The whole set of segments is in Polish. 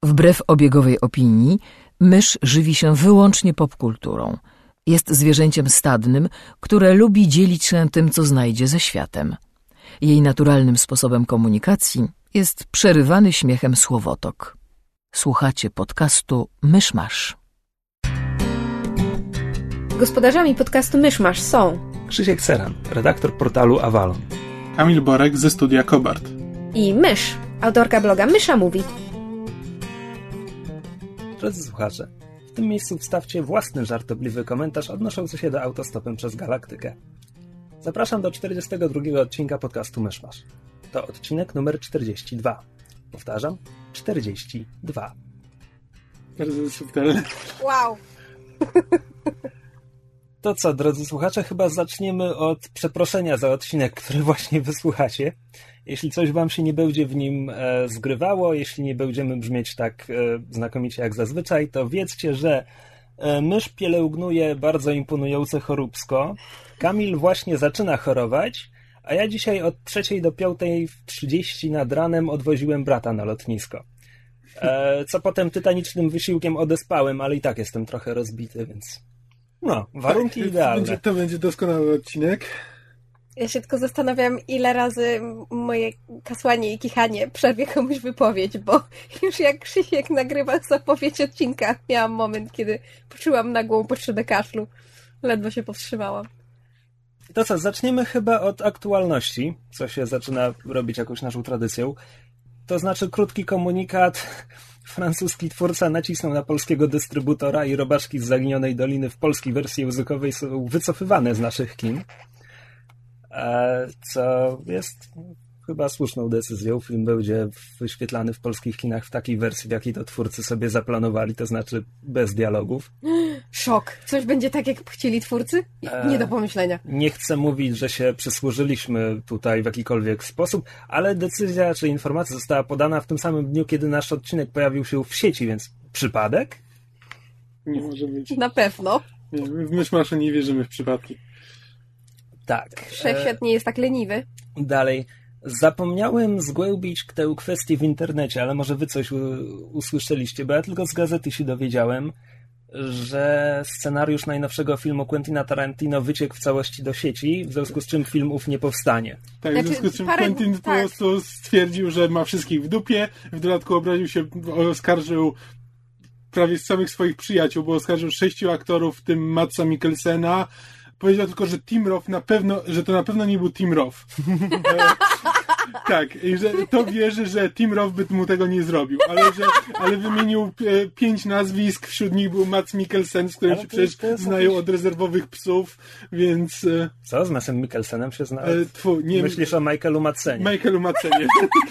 Wbrew obiegowej opinii, mysz żywi się wyłącznie popkulturą. Jest zwierzęciem stadnym, które lubi dzielić się tym, co znajdzie ze światem. Jej naturalnym sposobem komunikacji jest przerywany śmiechem słowotok. Słuchacie podcastu Myszmasz. Gospodarzami podcastu Myszmasz są Krzysiek Ceran, redaktor portalu Avalon, Kamil Borek ze studia Kobart i Mysz, autorka bloga Mysza Mówi. Drodzy słuchacze, w tym miejscu wstawcie własny żartobliwy komentarz odnoszący się do autostopem przez galaktykę. Zapraszam do 42 odcinka podcastu Myszmasz. To odcinek numer 42. Powtarzam, 42. Bardzo subtelne. Wow! To co, drodzy słuchacze, chyba zaczniemy od przeproszenia za odcinek, który właśnie wysłuchacie. Jeśli coś wam się nie będzie w nim zgrywało, jeśli nie będziemy brzmieć tak znakomicie jak zazwyczaj, to wiedzcie, że mysz pielęgnuje bardzo imponujące choróbsko. Kamil właśnie zaczyna chorować, a ja dzisiaj od 3 do 5:30 nad ranem odwoziłem brata na lotnisko. Co potem tytanicznym wysiłkiem odespałem, ale i tak jestem trochę rozbity, więc no, warunki tak, idealne. To będzie doskonały odcinek. Ja się tylko zastanawiam, ile razy moje kasłanie i kichanie przerwie komuś wypowiedź, bo już jak Krzysiek nagrywał zapowiedź odcinka, miałam moment, kiedy poczułam nagłą potrzebę kaszlu. Ledwo się powstrzymałam. To co, zaczniemy chyba od aktualności, co się zaczyna robić jakąś naszą tradycją. To znaczy krótki komunikat. Francuski twórca nacisnął na polskiego dystrybutora i Robaczki z Zaginionej Doliny w polskiej wersji językowej są wycofywane z naszych kin. Co jest chyba słuszną decyzją. Film będzie wyświetlany w polskich kinach w takiej wersji, w jakiej to twórcy sobie zaplanowali, to znaczy bez dialogów. Szok. Coś będzie tak, jak chcieli twórcy? Nie do pomyślenia. Nie chcę mówić, że się przysłużyliśmy tutaj w jakikolwiek sposób, ale decyzja czy informacja została podana w tym samym dniu, kiedy nasz odcinek pojawił się w sieci, więc przypadek? Nie może być. Na pewno. Nie, my w Myszmaszu nie wierzymy w przypadki. Tak. Wszechświat nie jest tak leniwy. Dalej. Zapomniałem zgłębić tę kwestię w internecie, ale może wy coś usłyszeliście, bo ja tylko z gazety się dowiedziałem, że scenariusz najnowszego filmu Quentina Tarantino wyciekł w całości do sieci, w związku z czym film ów nie powstanie. Tak, w związku z czym Quentin po prostu stwierdził, że ma wszystkich w dupie, w dodatku obraził się, oskarżył prawie z samych swoich przyjaciół, bo oskarżył 6 aktorów, w tym Madsa Mikkelsena. Powiedział tylko, że Tim Roth że to na pewno nie był Tim Roth. Tak, i że to wierzy, że Tim Roth by mu tego nie zrobił, ale wymienił 5 nazwisk, wśród nich był Mads Mikkelsen, z którym się przecież znają od Rezerwowych Psów, więc... Co? Z Madsem Mikkelsenem się zna? Myślisz o Michaelu Madsenie? Michaelu Madsenie.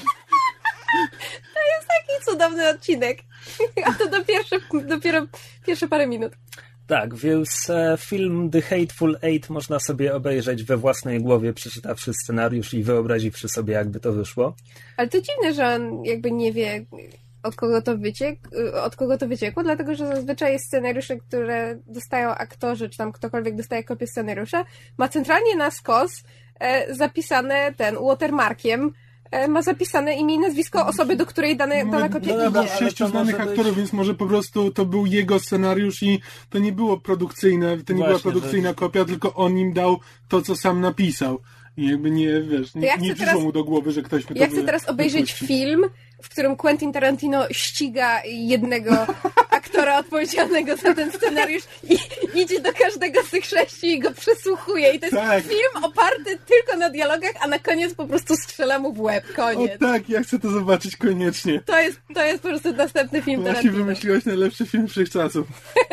To jest taki cudowny odcinek. A to dopiero pierwsze parę minut. Tak, więc film The Hateful Eight można sobie obejrzeć we własnej głowie, przeczytawszy scenariusz i wyobraziwszy sobie, jakby to wyszło. Ale to dziwne, że on jakby nie wie, od kogo to wyciekło, dlatego że zazwyczaj jest scenariusze, które dostają aktorzy, czy tam ktokolwiek dostaje kopię scenariusza, ma centralnie na skos zapisane watermarkiem, ma zapisane imię i nazwisko osoby, do której dana kopia idzie. 6 znanych aktorów, więc może po prostu to był jego scenariusz i to nie było produkcyjne, to nie była produkcyjna kopia, tylko on im dał to, co sam napisał. I jakby nie, wiesz, nie przyszło mu do głowy, że ktoś by to Ja chcę teraz obejrzeć film, w którym Quentin Tarantino ściga jednego aktora odpowiedzialnego za ten scenariusz i idzie do każdego z tych 6 i go przesłuchuje. I to jest film oparty tylko na dialogach, a na koniec po prostu strzela mu w łeb. Koniec. O tak, ja chcę to zobaczyć koniecznie. To jest po prostu następny film Właśnie Tarantino. wymyśliłaś najlepszy film wszechczasów.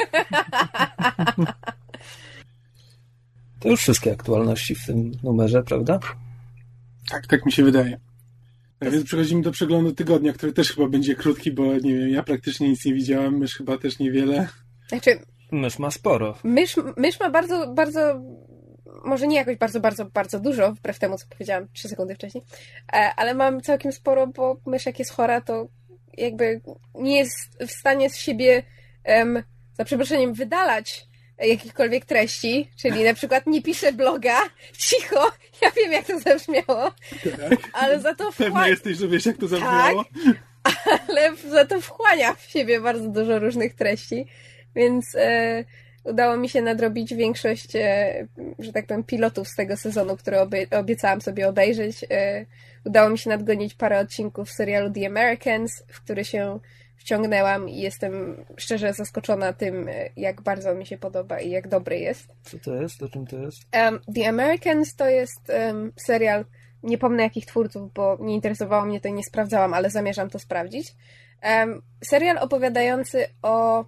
To już wszystkie aktualności w tym numerze, prawda? Tak mi się wydaje. Tak więc przechodzimy do przeglądu tygodnia, który też chyba będzie krótki, bo nie wiem, ja praktycznie nic nie widziałem, mysz chyba też niewiele. Znaczy, mysz ma sporo. Mysz ma bardzo, bardzo, może nie jakoś bardzo, bardzo, bardzo dużo, wbrew temu, co powiedziałam 3 sekundy wcześniej, ale mam całkiem sporo, bo mysz jak jest chora, to jakby nie jest w stanie z siebie, za przeproszeniem, wydalać jakichkolwiek treści, czyli na przykład nie piszę bloga, cicho, ja wiem jak to zabrzmiało, Tak. ale za to Pewna jesteś, że wiesz jak to zabrzmiało? Tak, ale za to wchłania w siebie bardzo dużo różnych treści, więc udało mi się nadrobić większość, że tak powiem, pilotów z tego sezonu, które obiecałam sobie obejrzeć. Udało mi się nadgonić parę odcinków serialu The Americans, w który się wciągnęłam i jestem szczerze zaskoczona tym, jak bardzo mi się podoba i jak dobry jest. Co to jest? O czym to jest? The Americans to jest serial, nie pomnę jakich twórców, bo nie interesowało mnie to i nie sprawdzałam, ale zamierzam to sprawdzić. Serial opowiadający o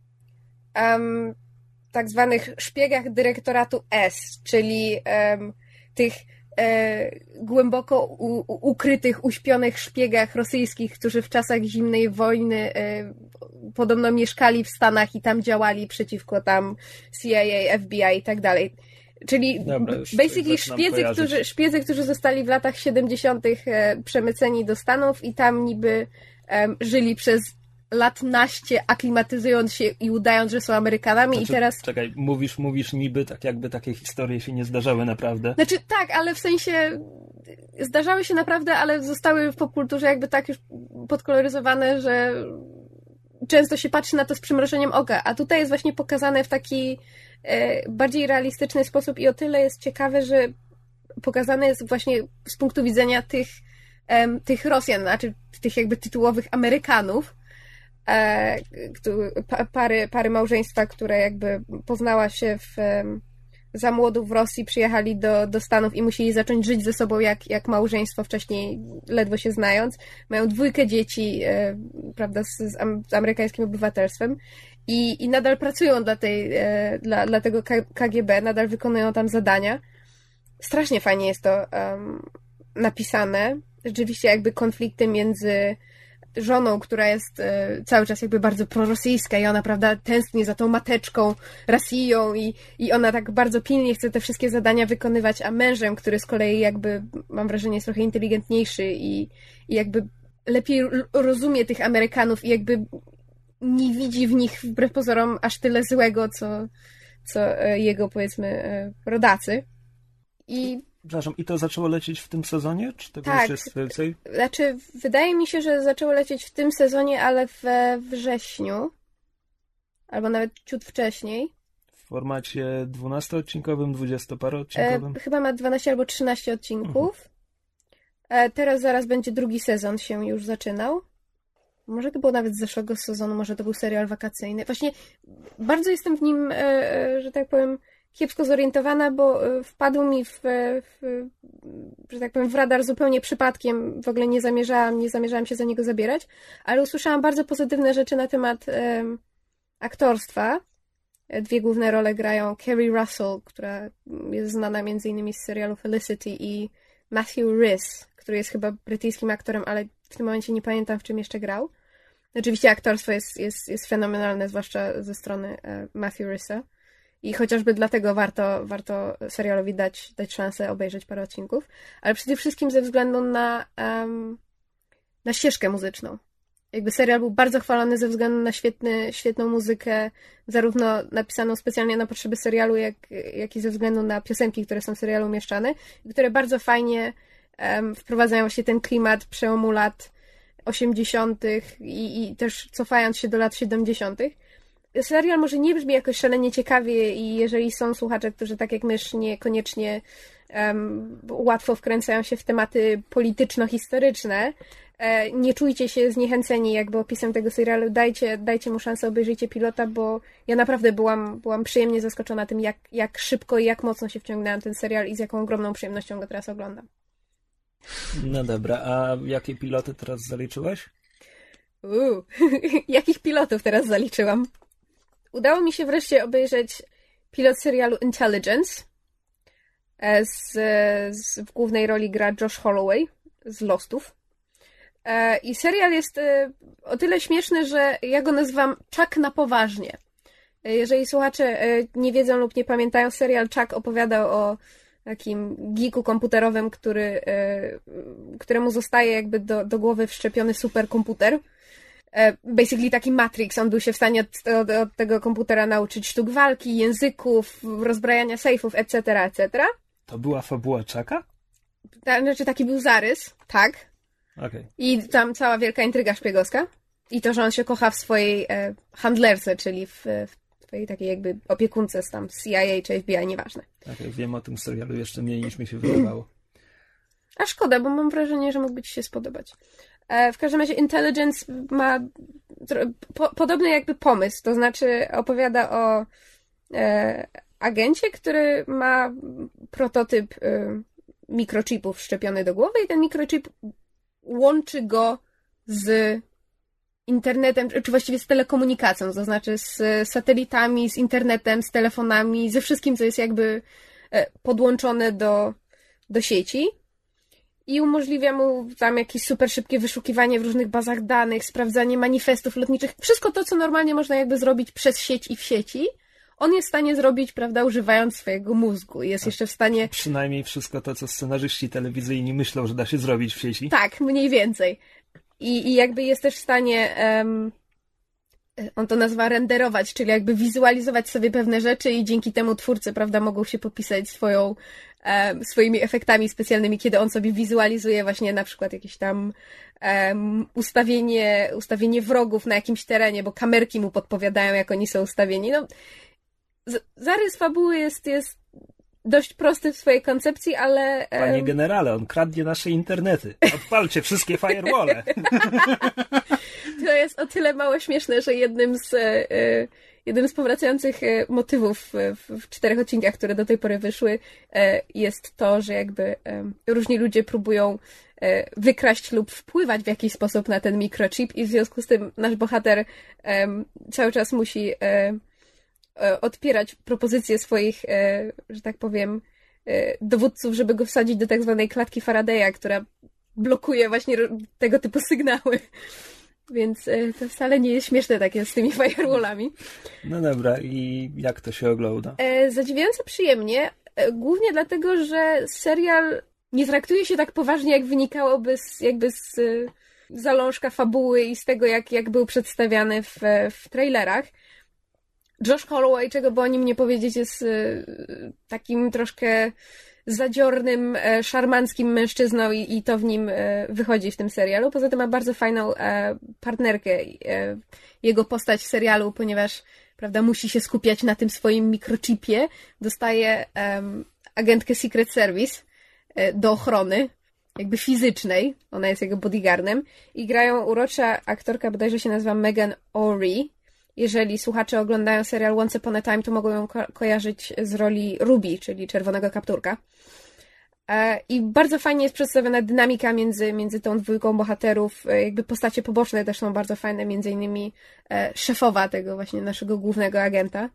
tak zwanych szpiegach dyrektoratu S, czyli tych głęboko ukrytych, uśpionych szpiegach rosyjskich, którzy w czasach zimnej wojny podobno mieszkali w Stanach i tam działali przeciwko tam CIA, FBI i tak dalej. Czyli basically szpiedzy, którzy zostali w latach 70. Przemyceni do Stanów i tam niby żyli przez lat naście, aklimatyzując się i udając, że są Amerykanami. Znaczy, i teraz... Czekaj, mówisz niby tak, jakby takie historie się nie zdarzały naprawdę. Znaczy tak, ale w sensie zdarzały się naprawdę, ale zostały w popkulturze jakby tak już podkoloryzowane, że często się patrzy na to z przymrużeniem oka, a tutaj jest właśnie pokazane w taki bardziej realistyczny sposób i o tyle jest ciekawe, że pokazane jest właśnie z punktu widzenia tych Rosjan, znaczy tych jakby tytułowych Amerykanów, pary małżeństwa, które jakby poznała się za młodu w Rosji, przyjechali do Stanów i musieli zacząć żyć ze sobą jak małżeństwo wcześniej, ledwo się znając. Mają 2 dzieci, prawda, z amerykańskim obywatelstwem i nadal pracują dla tego KGB, nadal wykonują tam zadania. Strasznie fajnie jest to napisane. Rzeczywiście jakby konflikty między żoną, która jest cały czas jakby bardzo prorosyjska i ona, prawda, tęskni za tą mateczką Rosją i ona tak bardzo pilnie chce te wszystkie zadania wykonywać, a mężem, który z kolei jakby, mam wrażenie, jest trochę inteligentniejszy i jakby lepiej rozumie tych Amerykanów i jakby nie widzi w nich wbrew pozorom aż tyle złego, co jego, powiedzmy, rodacy. Przepraszam, i to zaczęło lecieć w tym sezonie? Czy tego tak, już jest więcej? Znaczy, wydaje mi się, że zaczęło lecieć w tym sezonie, ale we wrześniu. Albo nawet ciut wcześniej. W formacie 12-odcinkowym, 20-paroodcinkowym? Chyba ma 12 albo 13 odcinków. Teraz zaraz będzie drugi sezon się już zaczynał. Może to było nawet z zeszłego sezonu, może to był serial wakacyjny. Właśnie bardzo jestem w nim, że tak powiem, kiepsko zorientowana, bo wpadł mi że tak powiem, w radar zupełnie przypadkiem. W ogóle nie zamierzałam się za niego zabierać, ale usłyszałam bardzo pozytywne rzeczy na temat aktorstwa. 2 główne role grają Kerry Russell, która jest znana m.in. z serialu Felicity, i Matthew Rhys, który jest chyba brytyjskim aktorem, ale w tym momencie nie pamiętam, w czym jeszcze grał. Oczywiście aktorstwo jest fenomenalne, zwłaszcza ze strony Matthew Rhysa. I chociażby dlatego warto serialowi dać szansę obejrzeć parę odcinków. Ale przede wszystkim ze względu na ścieżkę muzyczną. Jakby serial był bardzo chwalony ze względu na świetną muzykę, zarówno napisaną specjalnie na potrzeby serialu, jak i ze względu na piosenki, które są w serialu umieszczane, które bardzo fajnie wprowadzają właśnie ten klimat przełomu lat 80. i też cofając się do lat 70. Serial może nie brzmi jakoś szalenie ciekawie i jeżeli są słuchacze, którzy tak jak my niekoniecznie łatwo wkręcają się w tematy polityczno-historyczne, nie czujcie się zniechęceni jakby opisem tego serialu, dajcie mu szansę, obejrzyjcie pilota, bo ja naprawdę byłam przyjemnie zaskoczona tym, jak szybko i jak mocno się wciągnęłam ten serial i z jaką ogromną przyjemnością go teraz oglądam. No dobra, a jakie piloty teraz zaliczyłaś? Jakich pilotów teraz zaliczyłam? Udało mi się wreszcie obejrzeć pilot serialu Intelligence. W głównej roli gra Josh Holloway z Lostów. I serial jest o tyle śmieszny, że ja go nazywam Chuck na poważnie. Jeżeli słuchacze nie wiedzą lub nie pamiętają, serial Chuck opowiadał o takim geeku komputerowym, któremu zostaje jakby do głowy wszczepiony superkomputer. Basically taki Matrix. On był się w stanie od tego komputera nauczyć sztuk walki, języków, rozbrajania sejfów, etc., etc. To była fabuła Chucka? Znaczy taki był zarys, tak. Okay. I tam cała wielka intryga szpiegowska. I to, że on się kocha w swojej handlerce, czyli w twojej takiej jakby opiekunce z tam CIA czy FBI, nieważne. Okay, wiem o tym serialu jeszcze mniej niż mi się wydawało. A szkoda, bo mam wrażenie, że mógłby ci się spodobać. W każdym razie Intelligence ma podobny jakby pomysł, to znaczy opowiada o agencie, który ma prototyp mikrochipów wszczepiony do głowy i ten mikrochip łączy go z internetem, czy właściwie z telekomunikacją, to znaczy z satelitami, z internetem, z telefonami, ze wszystkim, co jest jakby podłączone do sieci i umożliwia mu tam jakieś super szybkie wyszukiwanie w różnych bazach danych, sprawdzanie manifestów lotniczych, wszystko to, co normalnie można jakby zrobić przez sieć i w sieci, on jest w stanie zrobić, prawda, używając swojego mózgu. Jest jeszcze w stanie... Przynajmniej wszystko to, co scenarzyści telewizyjni myślą, że da się zrobić w sieci. Tak, mniej więcej. I jakby jest też w stanie, on to nazywa renderować, czyli jakby wizualizować sobie pewne rzeczy i dzięki temu twórcy, prawda, mogą się popisać swoimi efektami specjalnymi, kiedy on sobie wizualizuje właśnie na przykład jakieś tam ustawienie wrogów na jakimś terenie, bo kamerki mu podpowiadają, jak oni są ustawieni. No, zarys fabuły jest dość prosty w swojej koncepcji, ale... Panie generale, on kradnie nasze internety. Odpalcie wszystkie firewalle. To jest o tyle mało śmieszne, że jednym z powracających motywów w 4 odcinkach, które do tej pory wyszły, jest to, że jakby różni ludzie próbują wykraść lub wpływać w jakiś sposób na ten mikrochip i w związku z tym nasz bohater cały czas musi odpierać propozycje swoich, że tak powiem, dowódców, żeby go wsadzić do tak zwanej klatki Faradaya, która blokuje właśnie tego typu sygnały. Więc to wcale nie jest śmieszne takie z tymi firewallami. No dobra, i jak to się ogląda? Zadziwiająco przyjemnie, głównie dlatego, że serial nie traktuje się tak poważnie, jak wynikałoby z zalążka fabuły i z tego, jak był przedstawiany w trailerach. Josh Holloway, czego by o nim nie powiedzieć, jest takim troszkę zadziornym, szarmanckim mężczyzną i to w nim wychodzi w tym serialu. Poza tym ma bardzo fajną partnerkę. Jego postać w serialu, ponieważ, prawda, musi się skupiać na tym swoim mikrochipie, dostaje agentkę Secret Service do ochrony, jakby fizycznej. Ona jest jego bodyguardem. I grają urocza aktorka, bodajże się nazywa Megan O'Ree. Jeżeli słuchacze oglądają serial Once Upon a Time, to mogą ją kojarzyć z roli Ruby, czyli czerwonego kapturka. I bardzo fajnie jest przedstawiona dynamika między tą dwójką bohaterów. Jakby postacie poboczne też są bardzo fajne, między innymi szefowa tego właśnie naszego głównego agenta.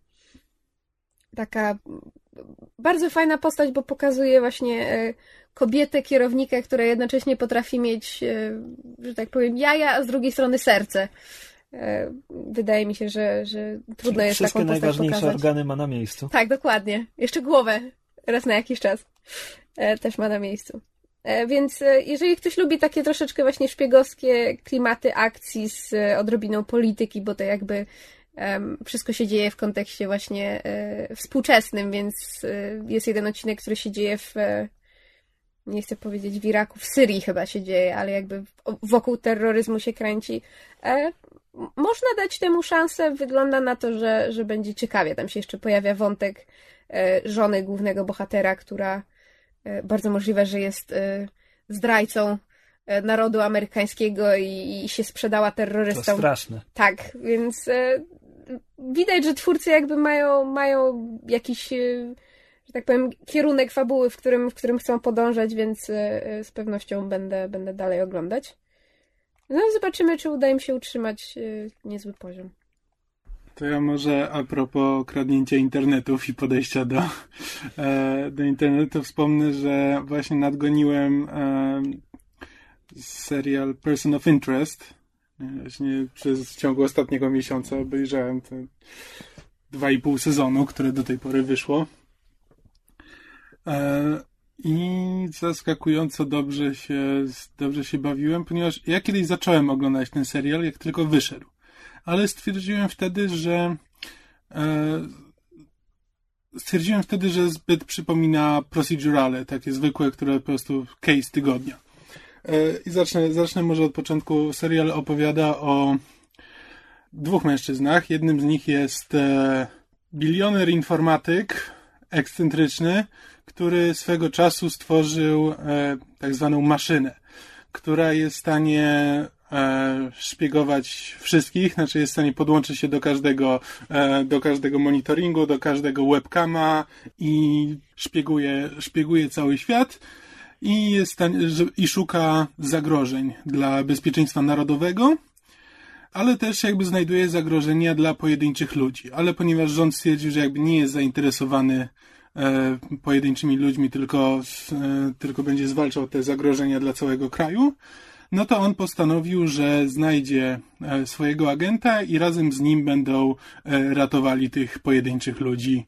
Taka bardzo fajna postać, bo pokazuje właśnie kobietę, kierownikę, która jednocześnie potrafi mieć, że tak powiem, jaja, a z drugiej strony serce. Wydaje mi się, że trudno jest taką postać pokazać. Wszystkie najważniejsze organy ma na miejscu. Tak, dokładnie. Jeszcze głowę raz na jakiś czas też ma na miejscu. Więc jeżeli ktoś lubi takie troszeczkę właśnie szpiegowskie klimaty akcji z odrobiną polityki, bo to jakby wszystko się dzieje w kontekście właśnie współczesnym, więc jest jeden odcinek, który się dzieje nie chcę powiedzieć w Iraku, w Syrii chyba się dzieje, ale jakby wokół terroryzmu się kręci. Można dać temu szansę, wygląda na to, że będzie ciekawie. Tam się jeszcze pojawia wątek żony głównego bohatera, która bardzo możliwe, że jest zdrajcą narodu amerykańskiego i się sprzedała terrorystom. To straszne. Tak, więc widać, że twórcy jakby mają jakiś, że tak powiem, kierunek fabuły, w którym chcą podążać, więc z pewnością będę dalej oglądać. No zobaczymy, czy uda im się utrzymać niezły poziom. To ja może a propos kradnięcia internetów i podejścia do internetu wspomnę, że właśnie nadgoniłem serial Person of Interest. Właśnie w ciągu ostatniego miesiąca obejrzałem te 2,5 sezonu, które do tej pory wyszło. I zaskakująco dobrze się bawiłem, ponieważ ja kiedyś zacząłem oglądać ten serial, jak tylko wyszedł. Ale stwierdziłem wtedy, że zbyt przypomina procedurale, takie zwykłe, które po prostu case tygodnia. I zacznę może od początku. Serial opowiada o 2 mężczyznach. Jednym z nich jest bilioner informatyk, ekscentryczny, który swego czasu stworzył tak zwaną maszynę, która jest w stanie szpiegować wszystkich, znaczy jest w stanie podłączyć się do każdego monitoringu, do każdego webcama i szpieguje cały świat i jest w stanie, i szuka zagrożeń dla bezpieczeństwa narodowego, ale też jakby znajduje zagrożenia dla pojedynczych ludzi. Ale ponieważ rząd stwierdził, że jakby nie jest zainteresowany pojedynczymi ludźmi, tylko będzie zwalczał te zagrożenia dla całego kraju, no to on postanowił, że znajdzie swojego agenta i razem z nim będą ratowali tych pojedynczych ludzi,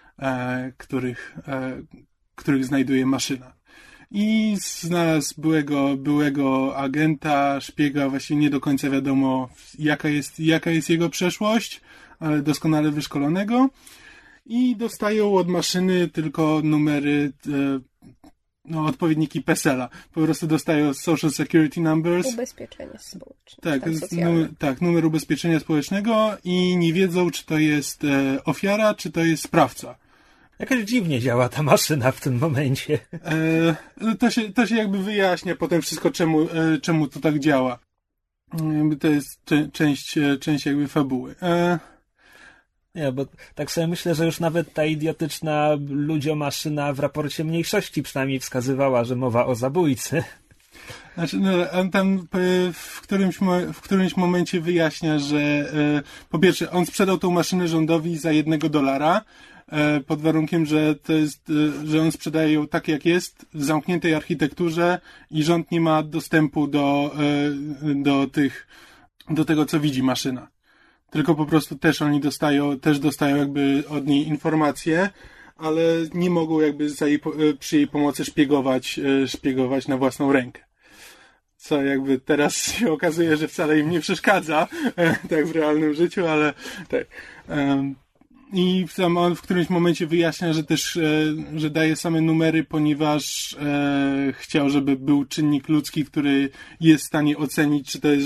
których znajduje maszyna. I znalazł byłego agenta, szpiega, właściwie nie do końca wiadomo jaka jest jego przeszłość, ale doskonale wyszkolonego. I dostają od maszyny tylko numery, odpowiedniki PESEL-a. Po prostu dostają Social Security Numbers. Ubezpieczenie społeczne. Tak, numer ubezpieczenia społecznego i nie wiedzą, czy to jest ofiara, czy to jest sprawca. Jakoś dziwnie działa ta maszyna w tym momencie. To się jakby wyjaśnia potem wszystko, czemu to tak działa. To jest część jakby fabuły. Nie, bo tak sobie myślę, że już nawet ta idiotyczna ludziomaszyna w raporcie mniejszości przynajmniej wskazywała, że mowa o zabójcy. Znaczy, on tam w którymś momencie wyjaśnia, że po pierwsze on sprzedał tą maszynę rządowi za $1, pod warunkiem, że on sprzedaje ją tak jak jest, w zamkniętej architekturze i rząd nie ma dostępu do tego, co widzi maszyna. Tylko po prostu też oni dostają jakby od niej informacje, ale nie mogą jakby przy jej pomocy szpiegować na własną rękę. Co jakby teraz się okazuje, że wcale im nie przeszkadza, tak w realnym życiu, ale tak. I sam on w którymś momencie wyjaśnia, że też, że daje same numery, ponieważ chciał, żeby był czynnik ludzki, który jest w stanie ocenić, czy to jest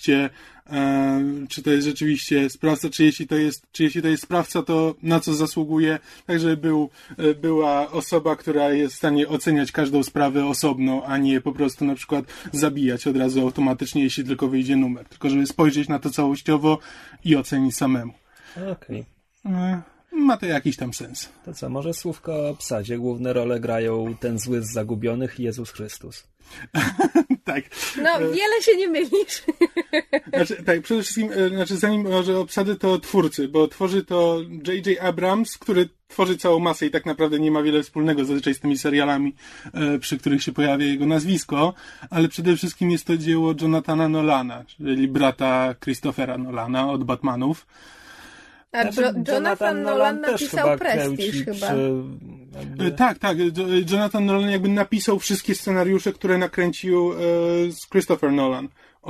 rzeczywiście sprawca, czy jeśli to jest sprawca, to na co zasługuje, tak żeby była osoba, która jest w stanie oceniać każdą sprawę osobno, a nie po prostu na przykład zabijać od razu automatycznie, jeśli tylko wyjdzie numer, tylko żeby spojrzeć na to całościowo i ocenić samemu. Okej. Ma to jakiś tam sens. To co, może słówko o obsadzie. Główne role grają ten zły z Zagubionych i Jezus Chrystus. Tak. No, wiele się nie mylisz. Tak, przede wszystkim, zanim może obsady, to twórcy, bo tworzy to J.J. Abrams, który tworzy całą masę i tak naprawdę nie ma wiele wspólnego zazwyczaj z tymi serialami, przy których się pojawia jego nazwisko, ale przede wszystkim jest to dzieło Jonathana Nolana, czyli brata Christophera Nolana od Batmanów. A Jonathan Nolan napisał Prestige chyba. Tak. Jonathan Nolan jakby napisał wszystkie scenariusze, które nakręcił Christopher Nolan.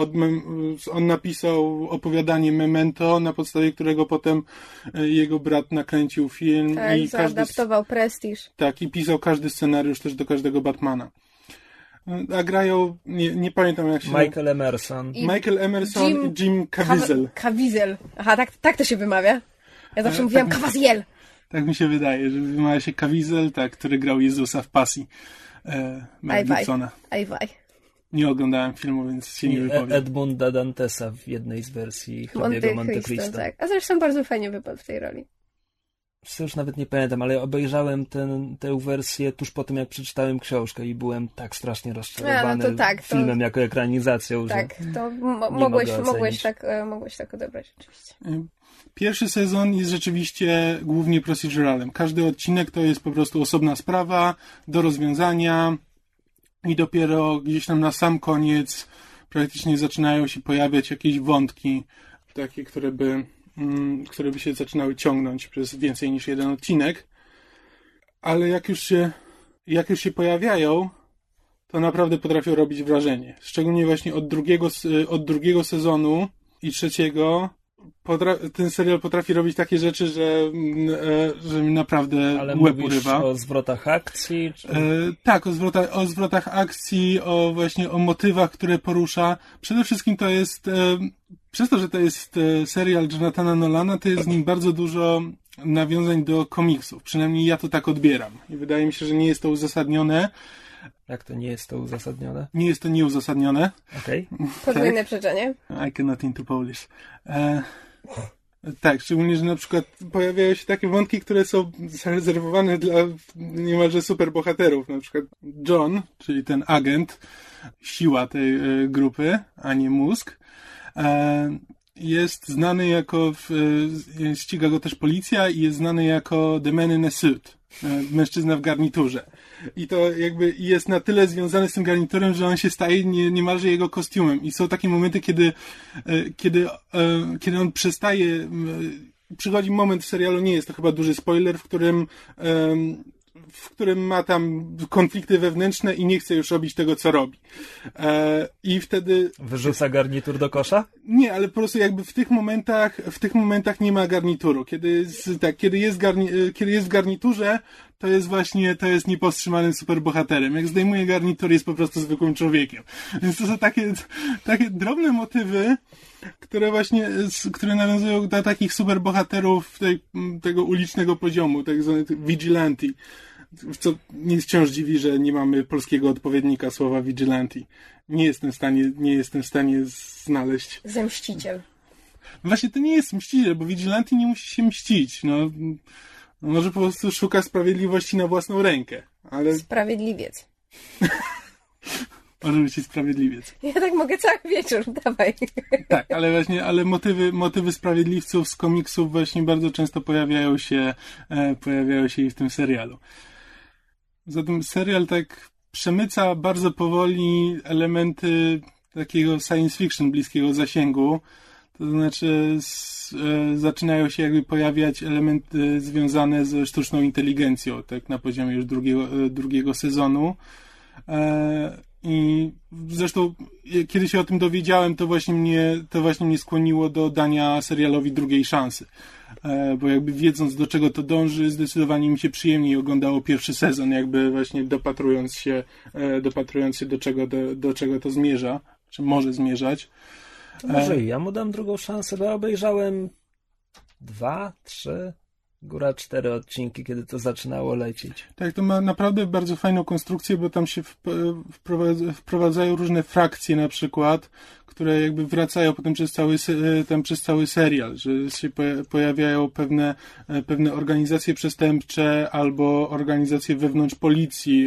On napisał opowiadanie Memento, na podstawie którego potem jego brat nakręcił film. Tak, i zaadaptował Prestige. Tak, i pisał każdy scenariusz też do każdego Batmana. A grają, nie pamiętam jak się... Michael Emerson i Jim Caviezel. Caviezel. Aha, tak to się wymawia. Ja zawsze mówiłam Caviezel. Tak mi się wydaje, że wymawia się Caviezel, tak, który grał Jezusa w Pasji Mel Gibsona. Nie oglądałem filmu, więc się nie wypowiem. Edmunda Dantesa w jednej z wersji Monte Cristo. Tak. A zresztą bardzo fajnie wypadł w tej roli. Już nawet nie pamiętam, ale obejrzałem tę wersję tuż po tym, jak przeczytałem książkę i byłem tak strasznie rozczarowany filmem jako ekranizacją, tak, że to mogłeś tak odebrać oczywiście. Pierwszy sezon jest rzeczywiście głównie proceduralem. Każdy odcinek to jest po prostu osobna sprawa do rozwiązania i dopiero gdzieś tam na sam koniec praktycznie zaczynają się pojawiać jakieś wątki takie, które by się zaczynały ciągnąć przez więcej niż jeden odcinek, ale jak już się pojawiają, to naprawdę potrafią robić wrażenie. Szczególnie właśnie od drugiego sezonu i trzeciego ten serial potrafi robić takie rzeczy, że mi naprawdę ale łeb mówisz urywa. O zwrotach akcji? Czy... Tak, o zwrotach akcji, właśnie o motywach, które porusza. Przede wszystkim to jest, przez to, że to jest serial Jonathana Nolana, to jest w nim bardzo dużo nawiązań do komiksów. Przynajmniej ja to tak odbieram. I wydaje mi się, że nie jest to uzasadnione. Jak to nie jest to uzasadnione? Nie jest to nieuzasadnione. Okej. Podwójne Tak. przeczenie. I cannot into Polish. Tak, szczególnie, że na przykład pojawiają się takie wątki, które są zarezerwowane dla niemalże superbohaterów. Na przykład John, czyli ten agent, siła tej grupy, a nie mózg, jest znany jako, ściga go też policja i jest znany jako The Man in a Suit, mężczyzna w garniturze. I to jakby jest na tyle związane z tym garniturem, że on się staje niemalże jego kostiumem. I są takie momenty, kiedy on przestaje... Przychodzi moment w serialu, nie jest to chyba duży spoiler, w którym ma tam konflikty wewnętrzne i nie chce już robić tego, co robi. I wtedy... Wyrzuca garnitur do kosza? Nie, ale po prostu jakby w tych momentach nie ma garnituru. Kiedy jest w garniturze, to jest niepowstrzymanym superbohaterem. Jak zdejmuje garnitur, jest po prostu zwykłym człowiekiem. Więc to są takie drobne motywy, które nawiązują do takich superbohaterów tego ulicznego poziomu, tak zwanych vigilante. Co mnie wciąż dziwi, że nie mamy polskiego odpowiednika słowa vigilante. Nie jestem w stanie znaleźć. Zemściciel. Właśnie to nie jest mściciel, bo vigilante nie musi się mścić. No, może po prostu szuka sprawiedliwości na własną rękę. Ale... Sprawiedliwiec. Może być i sprawiedliwiec. Ja tak mogę cały wieczór, dawaj. Tak, ale motywy sprawiedliwców z komiksów właśnie bardzo często pojawiają się i w tym serialu. Zatem serial tak przemyca bardzo powoli elementy takiego science fiction bliskiego zasięgu. To znaczy zaczynają się jakby pojawiać elementy związane ze sztuczną inteligencją, tak na poziomie już drugiego sezonu. I zresztą, kiedy się o tym dowiedziałem, to właśnie mnie skłoniło do dania serialowi drugiej szansy. Bo jakby wiedząc, do czego to dąży, zdecydowanie mi się przyjemniej oglądało pierwszy sezon, jakby właśnie dopatrując się do czego to zmierza, czy może zmierzać. Może ja mu dam drugą szansę, bo ja obejrzałem 2, 3, góra 4 odcinki, kiedy to zaczynało lecieć. Tak, to ma naprawdę bardzo fajną konstrukcję, bo tam się wprowadzają różne frakcje na przykład, które jakby wracają potem przez cały serial, że się pojawiają pewne organizacje przestępcze albo organizacje wewnątrz policji,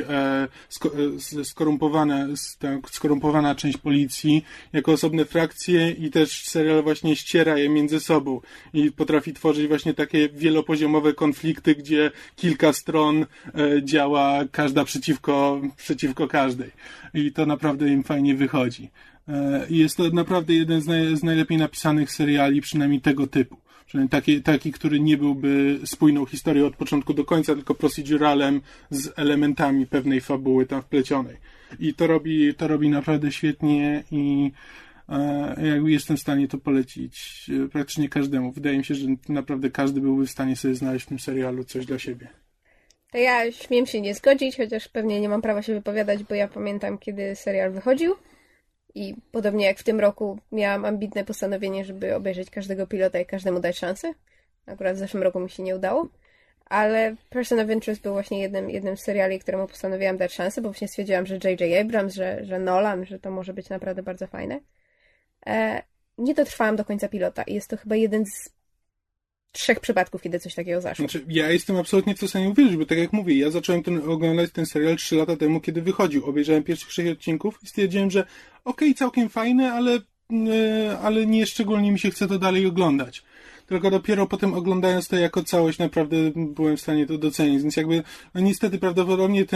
skorumpowana część policji jako osobne frakcje i też serial właśnie ściera je między sobą i potrafi tworzyć właśnie takie wielopoziomowe konflikty, gdzie kilka stron działa każda przeciwko każdej. I to naprawdę im fajnie wychodzi. Jest to naprawdę jeden z najlepiej napisanych seriali, przynajmniej tego typu. Przynajmniej taki, który nie byłby spójną historią od początku do końca, tylko proceduralem z elementami pewnej fabuły tam wplecionej. I to robi naprawdę świetnie i jestem w stanie to polecić praktycznie każdemu. Wydaje mi się, że naprawdę każdy byłby w stanie sobie znaleźć w tym serialu coś dla siebie. To ja śmiem się nie zgodzić, chociaż pewnie nie mam prawa się wypowiadać, bo ja pamiętam, kiedy serial wychodził. I podobnie jak w tym roku miałam ambitne postanowienie, żeby obejrzeć każdego pilota i każdemu dać szansę. Akurat w zeszłym roku mi się nie udało. Ale Person of Interest był właśnie jednym z seriali, któremu postanowiłam dać szansę, bo właśnie stwierdziłam, że J.J. Abrams, że Nolan, że to może być naprawdę bardzo fajne. Nie dotrwałam do końca pilota i jest to chyba jeden z 3 przypadków, kiedy coś takiego zaszło. Znaczy, ja jestem absolutnie w stanie uwierzyć, bo tak jak mówię, ja zacząłem oglądać ten serial 3 lata temu, kiedy wychodził. Obejrzałem pierwszych 6 odcinków i stwierdziłem, że całkiem fajne, ale nie szczególnie mi się chce to dalej oglądać. Tylko dopiero potem oglądając to jako całość naprawdę byłem w stanie to docenić. Więc jakby, niestety prawdopodobnie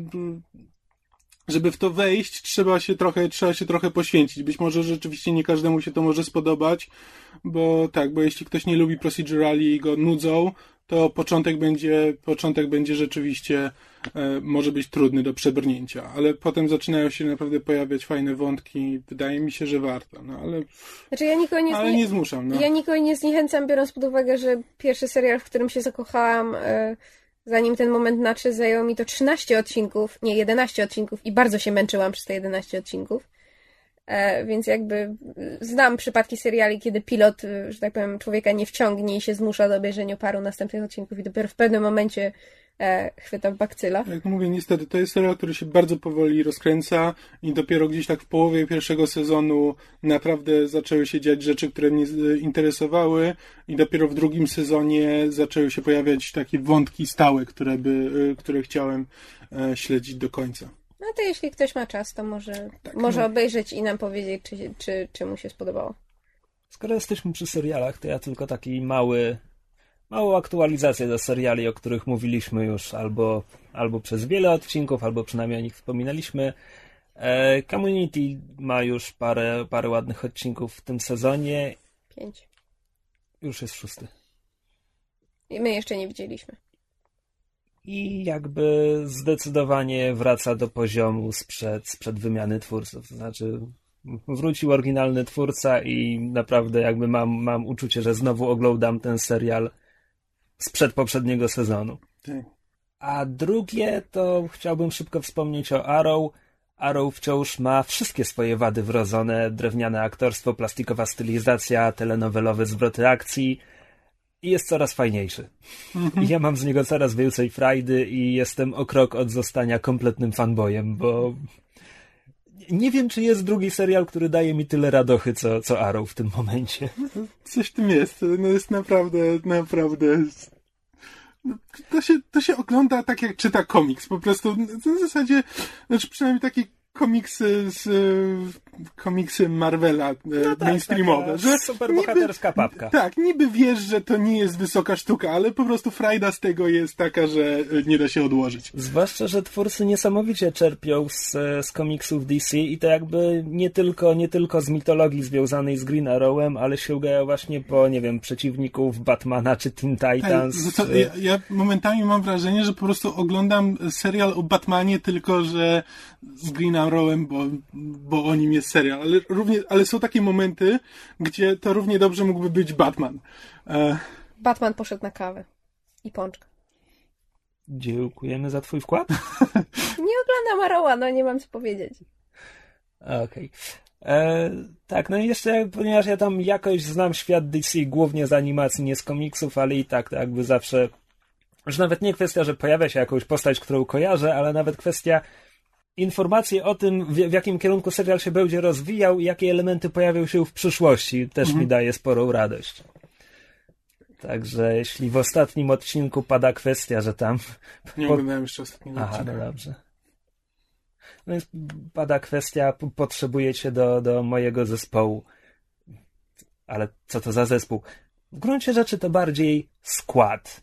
żeby w to wejść, trzeba się trochę poświęcić. Być może rzeczywiście nie każdemu się to może spodobać, bo jeśli ktoś nie lubi procedurali i go nudzą, to początek będzie rzeczywiście może być trudny do przebrnięcia, ale potem zaczynają się naprawdę pojawiać fajne wątki. Wydaje mi się, że warto, no ale... Znaczy ja nikogo nie zmuszam. No. Ja nikogo nie zniechęcam, biorąc pod uwagę, że pierwszy serial, w którym się zakochałam, zanim ten moment nadszedł, zajęło mi to 13 odcinków, nie 11 odcinków i bardzo się męczyłam przez te 11 odcinków. Więc jakby znam przypadki seriali, kiedy pilot, że tak powiem, człowieka nie wciągnie i się zmusza do obejrzenia paru następnych odcinków i dopiero w pewnym momencie chwyta w bakcyla. Jak mówię, niestety, to jest serial, który się bardzo powoli rozkręca i dopiero gdzieś tak w połowie pierwszego sezonu naprawdę zaczęły się dziać rzeczy, które mnie interesowały i dopiero w drugim sezonie zaczęły się pojawiać takie wątki stałe, które chciałem śledzić do końca. No to jeśli ktoś ma czas, to może obejrzeć i nam powiedzieć, czy mu się spodobało. Skoro jesteśmy przy serialach, to ja tylko taki małą aktualizację do seriali, o których mówiliśmy już albo przez wiele odcinków, albo przynajmniej o nich wspominaliśmy. Community ma już parę ładnych odcinków w tym sezonie. 5. Już jest 6. I my jeszcze nie widzieliśmy. I jakby zdecydowanie wraca do poziomu sprzed wymiany twórców. To znaczy wrócił oryginalny twórca i naprawdę jakby mam uczucie, że znowu oglądam ten serial sprzed poprzedniego sezonu. Tak. A drugie to chciałbym szybko wspomnieć o Arrow. Arrow wciąż ma wszystkie swoje wady wrodzone. Drewniane aktorstwo, plastikowa stylizacja, telenowelowe zwroty akcji. I jest coraz fajniejszy. I ja mam z niego coraz więcej frajdy i jestem o krok od zostania kompletnym fanboyem, bo nie wiem, czy jest drugi serial, który daje mi tyle radochy, co Arrow w tym momencie. Coś w tym jest. No jest naprawdę... To się ogląda tak, jak czyta komiks. Po prostu w zasadzie, znaczy przynajmniej takie komiksy Marvela mainstreamowe. Że superbohaterska papka. Tak, niby wiesz, że to nie jest wysoka sztuka, ale po prostu frajda z tego jest taka, że nie da się odłożyć. Zwłaszcza, że twórcy niesamowicie czerpią z komiksów DC i to jakby nie tylko z mitologii związanej z Green Arrowem, ale sięgają właśnie po, nie wiem, przeciwników Batmana czy Teen Titans. Tak, ja momentami mam wrażenie, że po prostu oglądam serial o Batmanie, tylko że z Green Arrowem, bo o nim jest serial, ale są takie momenty, gdzie to równie dobrze mógłby być Batman. Batman poszedł na kawę i pączka. Dziękujemy za twój wkład. Nie oglądam Arrowa, no nie mam co powiedzieć. Okej. Tak, no i jeszcze, ponieważ ja tam jakoś znam świat DC głównie z animacji, nie z komiksów, ale i tak, to jakby zawsze, że nawet nie kwestia, że pojawia się jakąś postać, którą kojarzę, ale nawet kwestia informacji o tym, w jakim kierunku serial się będzie rozwijał i jakie elementy pojawią się w przyszłości, też mi daje sporą radość. Także jeśli w ostatnim odcinku pada kwestia, że tam... Nie oglądałem jeszcze ostatniego odcinka. No dobrze. No więc pada kwestia, potrzebujecie do mojego zespołu. Ale co to za zespół? W gruncie rzeczy to bardziej skład.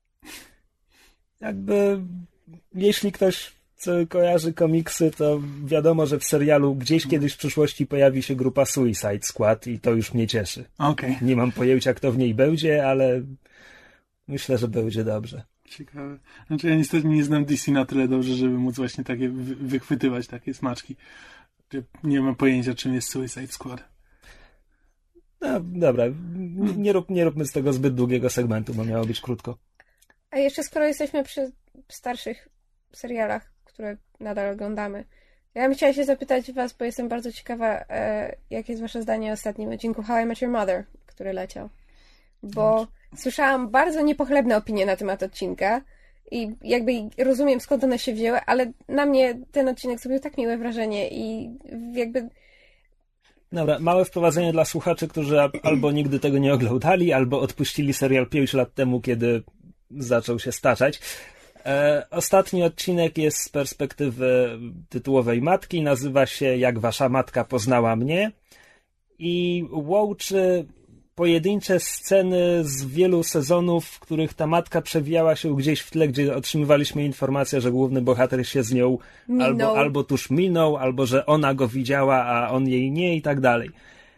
Jakby jeśli ktoś kojarzy komiksy, to wiadomo, że w serialu gdzieś kiedyś w przyszłości pojawi się grupa Suicide Squad i to już mnie cieszy. Okay. Nie mam pojęcia, kto w niej będzie, ale myślę, że będzie dobrze. Ciekawe. Znaczy ja niestety nie znam DC na tyle dobrze, żeby móc właśnie takie wychwytywać takie smaczki. Nie mam pojęcia, czym jest Suicide Squad. No dobra, nie róbmy z tego zbyt długiego segmentu, bo miało być krótko. A jeszcze skoro jesteśmy przy starszych serialach, które nadal oglądamy, ja bym chciała się zapytać was, bo jestem bardzo ciekawa, jakie jest wasze zdanie o ostatnim odcinku How I Met Your Mother, który leciał. Bo słyszałam bardzo niepochlebne opinie na temat odcinka i jakby rozumiem, skąd one się wzięły, ale na mnie ten odcinek zrobił tak miłe wrażenie i jakby... Dobra, małe wprowadzenie dla słuchaczy, którzy albo nigdy tego nie oglądali, albo odpuścili serial 5 lat temu, kiedy zaczął się staczać. Ostatni odcinek jest z perspektywy tytułowej matki, nazywa się Jak wasza matka poznała mnie i łączy pojedyncze sceny z wielu sezonów, w których ta matka przewijała się gdzieś w tle, gdzie otrzymywaliśmy informację, że główny bohater się z nią albo tuż minął, albo że ona go widziała, a on jej nie i tak dalej.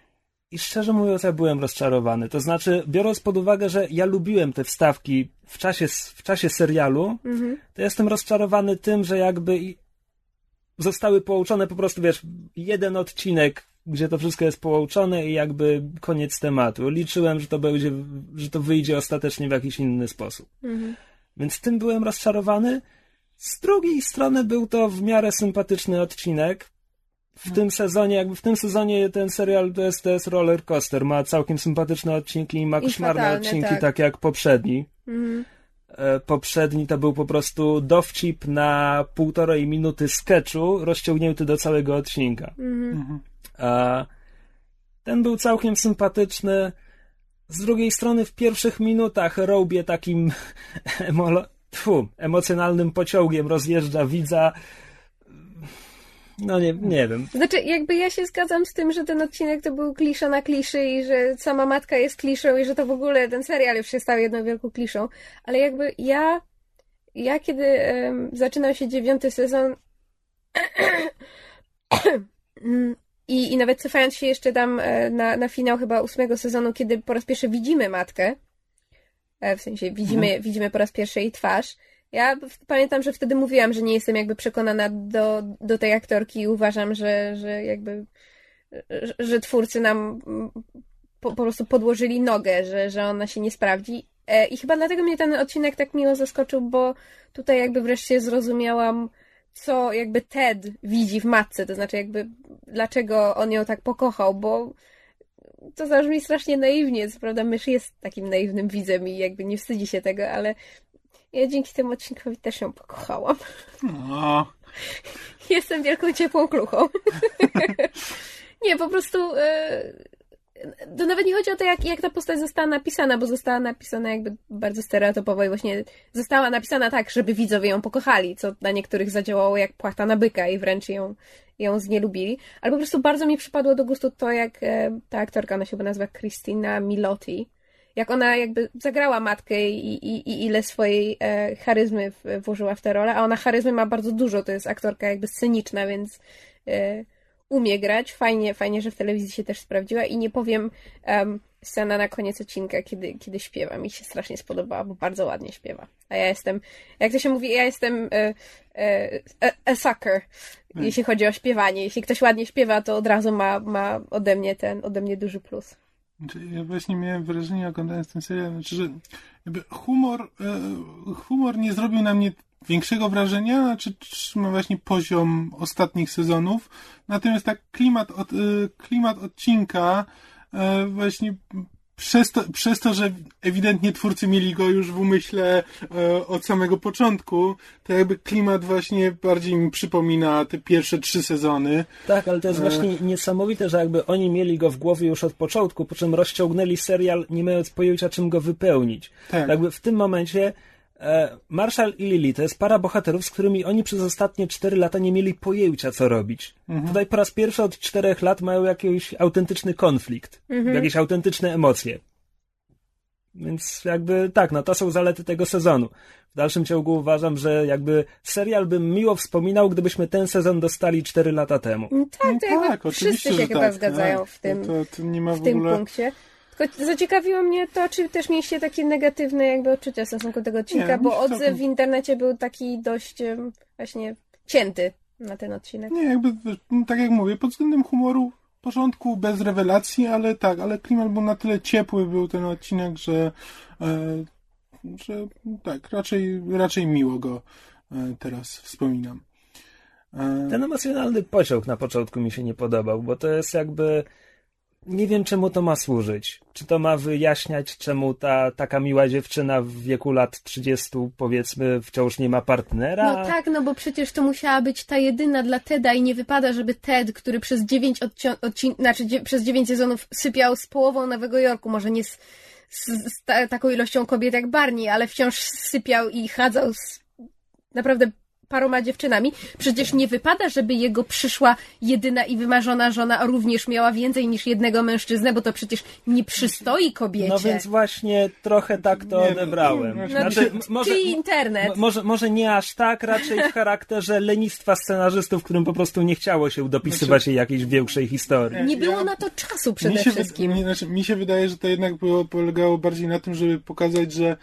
I szczerze mówiąc, ja byłem rozczarowany. To znaczy, biorąc pod uwagę, że ja lubiłem te wstawki w czasie serialu, to jestem rozczarowany tym, że jakby zostały połączone po prostu, wiesz, jeden odcinek, gdzie to wszystko jest połączone i jakby koniec tematu. Liczyłem, że to wyjdzie ostatecznie w jakiś inny sposób. Więc tym byłem rozczarowany. Z drugiej strony był to w miarę sympatyczny odcinek. W tym sezonie ten serial to jest roller coaster. Ma całkiem sympatyczne odcinki i ma koszmarne odcinki, tak jak poprzedni. Poprzedni to był po prostu dowcip na 1,5 minuty sketchu rozciągnięty do całego odcinka. A ten był całkiem sympatyczny. Z drugiej strony w pierwszych minutach Robbie takim emocjonalnym pociągiem rozjeżdża widza. No nie wiem. Znaczy, jakby ja się zgadzam z tym, że ten odcinek to był klisza na kliszy i że sama matka jest kliszą i że to w ogóle ten serial już się stał jedną wielką kliszą, ale jakby ja kiedy zaczynał się 9. sezon i nawet cofając się jeszcze tam na finał chyba 8. sezonu, kiedy po raz pierwszy widzimy matkę, w sensie widzimy po raz pierwszy jej twarz. Ja pamiętam, że wtedy mówiłam, że nie jestem jakby przekonana do tej aktorki i uważam, że jakby że twórcy nam po prostu podłożyli nogę, że ona się nie sprawdzi. I chyba dlatego mnie ten odcinek tak miło zaskoczył, bo tutaj jakby wreszcie zrozumiałam, co jakby Ted widzi w matce, to znaczy jakby dlaczego on ją tak pokochał, bo to zabrzmi strasznie naiwnie, co prawda mysz jest takim naiwnym widzem i jakby nie wstydzi się tego, ale ja dzięki temu odcinkowi też ją pokochałam. No. Jestem wielką ciepłą kluchą. Nie, po prostu to nawet nie chodzi o to, jak ta postać została napisana, bo została napisana jakby bardzo stereotypowo i właśnie została napisana tak, żeby widzowie ją pokochali, co na niektórych zadziałało jak płachta na byka i wręcz ją znielubili. Ale po prostu bardzo mi przypadło do gustu to, jak ta aktorka, ona się chyba nazywa Christina Milioti, jak ona jakby zagrała matkę i ile swojej charyzmy włożyła w tę rolę, a ona charyzmy ma bardzo dużo, to jest aktorka jakby sceniczna, więc umie grać. Fajnie, że w telewizji się też sprawdziła i nie powiem, scena na koniec odcinka, kiedy śpiewa, mi się strasznie spodobała, bo bardzo ładnie śpiewa. A ja jestem, jak to się mówi, ja jestem a sucker, jeśli chodzi o śpiewanie. Jeśli ktoś ładnie śpiewa, to od razu ma ode mnie duży plus. Ja właśnie miałem wrażenie, oglądając ten serial, że jakby humor nie zrobił na mnie większego wrażenia, znaczy trzyma właśnie poziom ostatnich sezonów. Natomiast tak klimat odcinka właśnie przez to, że ewidentnie twórcy mieli go już w umyśle od samego początku, to jakby klimat właśnie bardziej mi przypomina te pierwsze 3 sezony. Tak, ale to jest właśnie niesamowite, że jakby oni mieli go w głowie już od początku, po czym rozciągnęli serial, nie mając pojęcia, czym go wypełnić. Tak. Jakby w tym momencie Marshall i Lily to jest para bohaterów, z którymi oni przez ostatnie 4 lata nie mieli pojęcia, co robić. Tutaj po raz pierwszy od 4 lat mają jakiś autentyczny konflikt, jakieś autentyczne emocje. Więc jakby tak, no to są zalety tego sezonu. W dalszym ciągu uważam, że jakby serial bym miło wspominał, gdybyśmy ten sezon dostali 4 lata temu. Tak, wszyscy się chyba zgadzają w tym, to nie ma w tym punkcie. Tylko zaciekawiło mnie to, czy też mieliście takie negatywne jakby odczucia w stosunku do tego odcinka, bo odzew w internecie był taki dość właśnie cięty na ten odcinek. Nie, jakby, tak jak mówię, pod względem humoru w porządku, bez rewelacji, ale klimat był na tyle ciepły, był ten odcinek, że tak, raczej miło go teraz wspominam. Ten emocjonalny pociąg na początku mi się nie podobał, bo to jest jakby... Nie wiem, czemu to ma służyć. Czy to ma wyjaśniać, czemu ta taka miła dziewczyna w wieku lat 30, powiedzmy, wciąż nie ma partnera? No tak, no bo przecież to musiała być ta jedyna dla Teda i nie wypada, żeby Ted, który przez 9 przez 9 sezonów sypiał z połową Nowego Jorku, może nie z taką ilością kobiet jak Barney, ale wciąż sypiał i chadzał z naprawdę paroma dziewczynami. Przecież nie wypada, żeby jego przyszła jedyna i wymarzona żona również miała więcej niż jednego mężczyznę, bo to przecież nie przystoi kobiecie. No więc właśnie trochę tak to odebrałem. Znaczy, czyli internet. Może nie aż tak, raczej w charakterze lenistwa scenarzystów, którym po prostu nie chciało się dopisywać jakiejś większej historii. Nie było na to czasu przede wszystkim. Mi się wydaje, że to jednak polegało bardziej na tym, żeby pokazać, że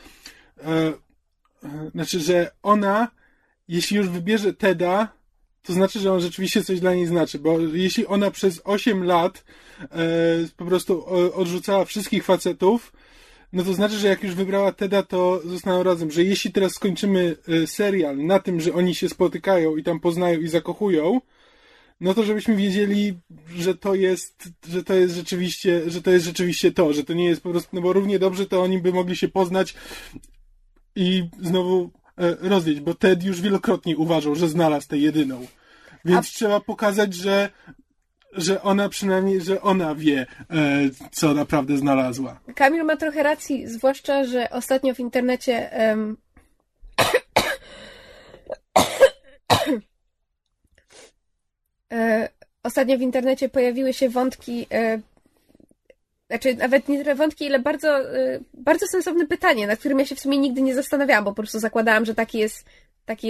że ona, jeśli już wybierze Teda, to znaczy, że on rzeczywiście coś dla niej znaczy, bo jeśli ona przez 8 lat po prostu odrzucała wszystkich facetów, no to znaczy, że jak już wybrała Teda, to zostaną razem. Że jeśli teraz skończymy serial na tym, że oni się spotykają i tam poznają i zakochują, no to żebyśmy wiedzieli, że to jest rzeczywiście to, że to nie jest po prostu, no bo równie dobrze to oni by mogli się poznać i znowu rozwiedź, bo Ted już wielokrotnie uważał, że znalazł tę jedyną. Więc trzeba pokazać, że ona przynajmniej, że ona wie, co naprawdę znalazła. Kamil ma trochę racji, zwłaszcza, że ostatnio w internecie pojawiły się wątki, znaczy nawet nie tyle wątki, ile bardzo sensowne pytanie, nad którym ja się w sumie nigdy nie zastanawiałam, bo po prostu zakładałam, że taka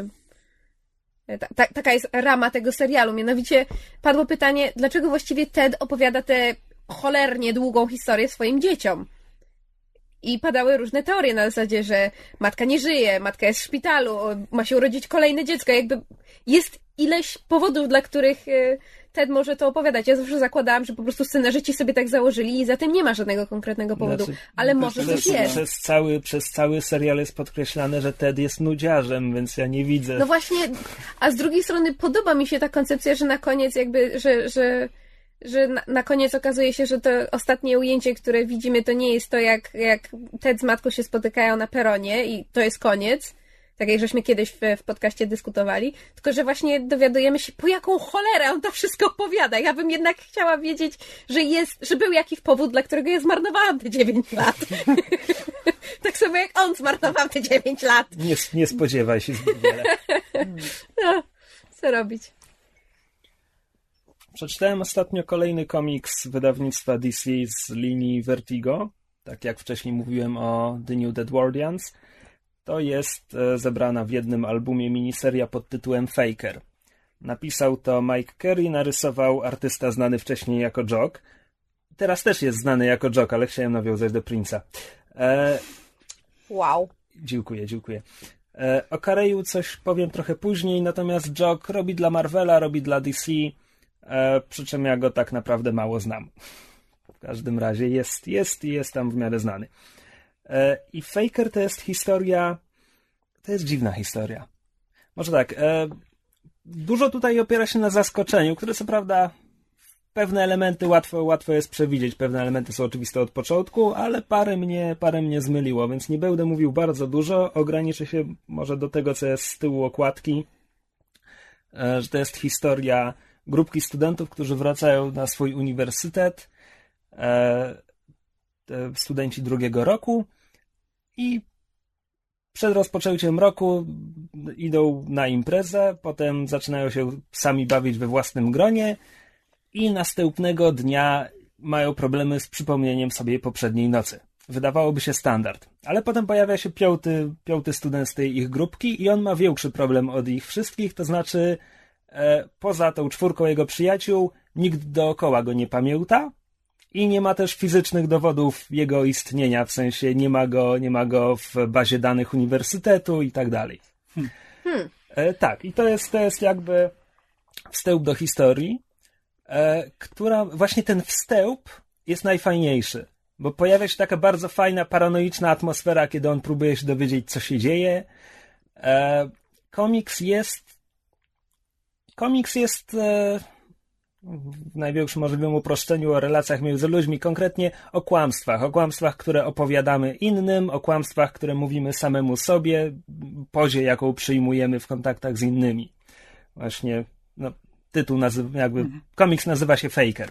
jest rama tego serialu. Mianowicie padło pytanie, dlaczego właściwie Ted opowiada tę cholernie długą historię swoim dzieciom. I padały różne teorie na zasadzie, że matka nie żyje, matka jest w szpitalu, ma się urodzić kolejne dziecko. Jakby jest ileś powodów, dla których Ted może to opowiadać. Ja zawsze zakładałam, że po prostu scenarzyści sobie tak założyli i za tym nie ma żadnego konkretnego powodu. Ale może coś jest. Przez cały serial jest podkreślane, że Ted jest nudziarzem, więc ja nie widzę. No właśnie, a z drugiej strony podoba mi się ta koncepcja, że na koniec jakby, że na koniec okazuje się, że to ostatnie ujęcie, które widzimy, to nie jest to, jak Ted z matką się spotykają na peronie i to jest koniec, tak jak żeśmy kiedyś w podcaście dyskutowali, tylko że właśnie dowiadujemy się, po jaką cholerę on to wszystko opowiada. Ja bym jednak chciała wiedzieć, że był jakiś powód, dla którego ja zmarnowałam te 9 lat. Tak samo jak on zmarnował te 9 lat. Nie spodziewaj się zbyt wiele. No, co robić? Przeczytałem ostatnio kolejny komiks wydawnictwa DC z linii Vertigo. Tak jak wcześniej mówiłem o The New Deadwardians. To jest zebrana w jednym albumie miniseria pod tytułem Faker. Napisał to Mike Carey, narysował artysta znany wcześniej jako Jock. Teraz też jest znany jako Jock, ale chciałem nawiązać do Prince'a. Wow. Dziękuję. O Careyu coś powiem trochę później, natomiast Jock robi dla Marvela, robi dla DC, przy czym ja go tak naprawdę mało znam. W każdym razie jest tam w miarę znany. I Faker to jest historia, to jest dziwna historia. Może tak, dużo tutaj opiera się na zaskoczeniu, które co prawda pewne elementy łatwo jest przewidzieć, pewne elementy są oczywiste od początku, ale parę mnie zmyliło, więc nie będę mówił bardzo dużo, ograniczę się może do tego, co jest z tyłu okładki, że to jest historia grupki studentów, którzy wracają na swój uniwersytet, studenci 2. roku, i przed rozpoczęciem roku idą na imprezę, potem zaczynają się sami bawić we własnym gronie i następnego dnia mają problemy z przypomnieniem sobie poprzedniej nocy. Wydawałoby się standard, ale potem pojawia się piąty student z tej ich grupki i on ma większy problem od ich wszystkich, to znaczy poza tą 4 jego przyjaciół nikt dookoła go nie pamięta. I nie ma też fizycznych dowodów jego istnienia, w sensie nie ma go w bazie danych uniwersytetu i tak dalej. Tak, i to jest jakby wstęp do historii, która właśnie ten wstęp jest najfajniejszy, bo pojawia się taka bardzo fajna, paranoiczna atmosfera, kiedy on próbuje się dowiedzieć, co się dzieje. Komiks jest w największym możliwym uproszczeniu o relacjach między ludźmi, konkretnie o kłamstwach, które opowiadamy innym, o kłamstwach, które mówimy samemu sobie, pozie, jaką przyjmujemy w kontaktach z innymi. Właśnie, tytuł komiks nazywa się Faker.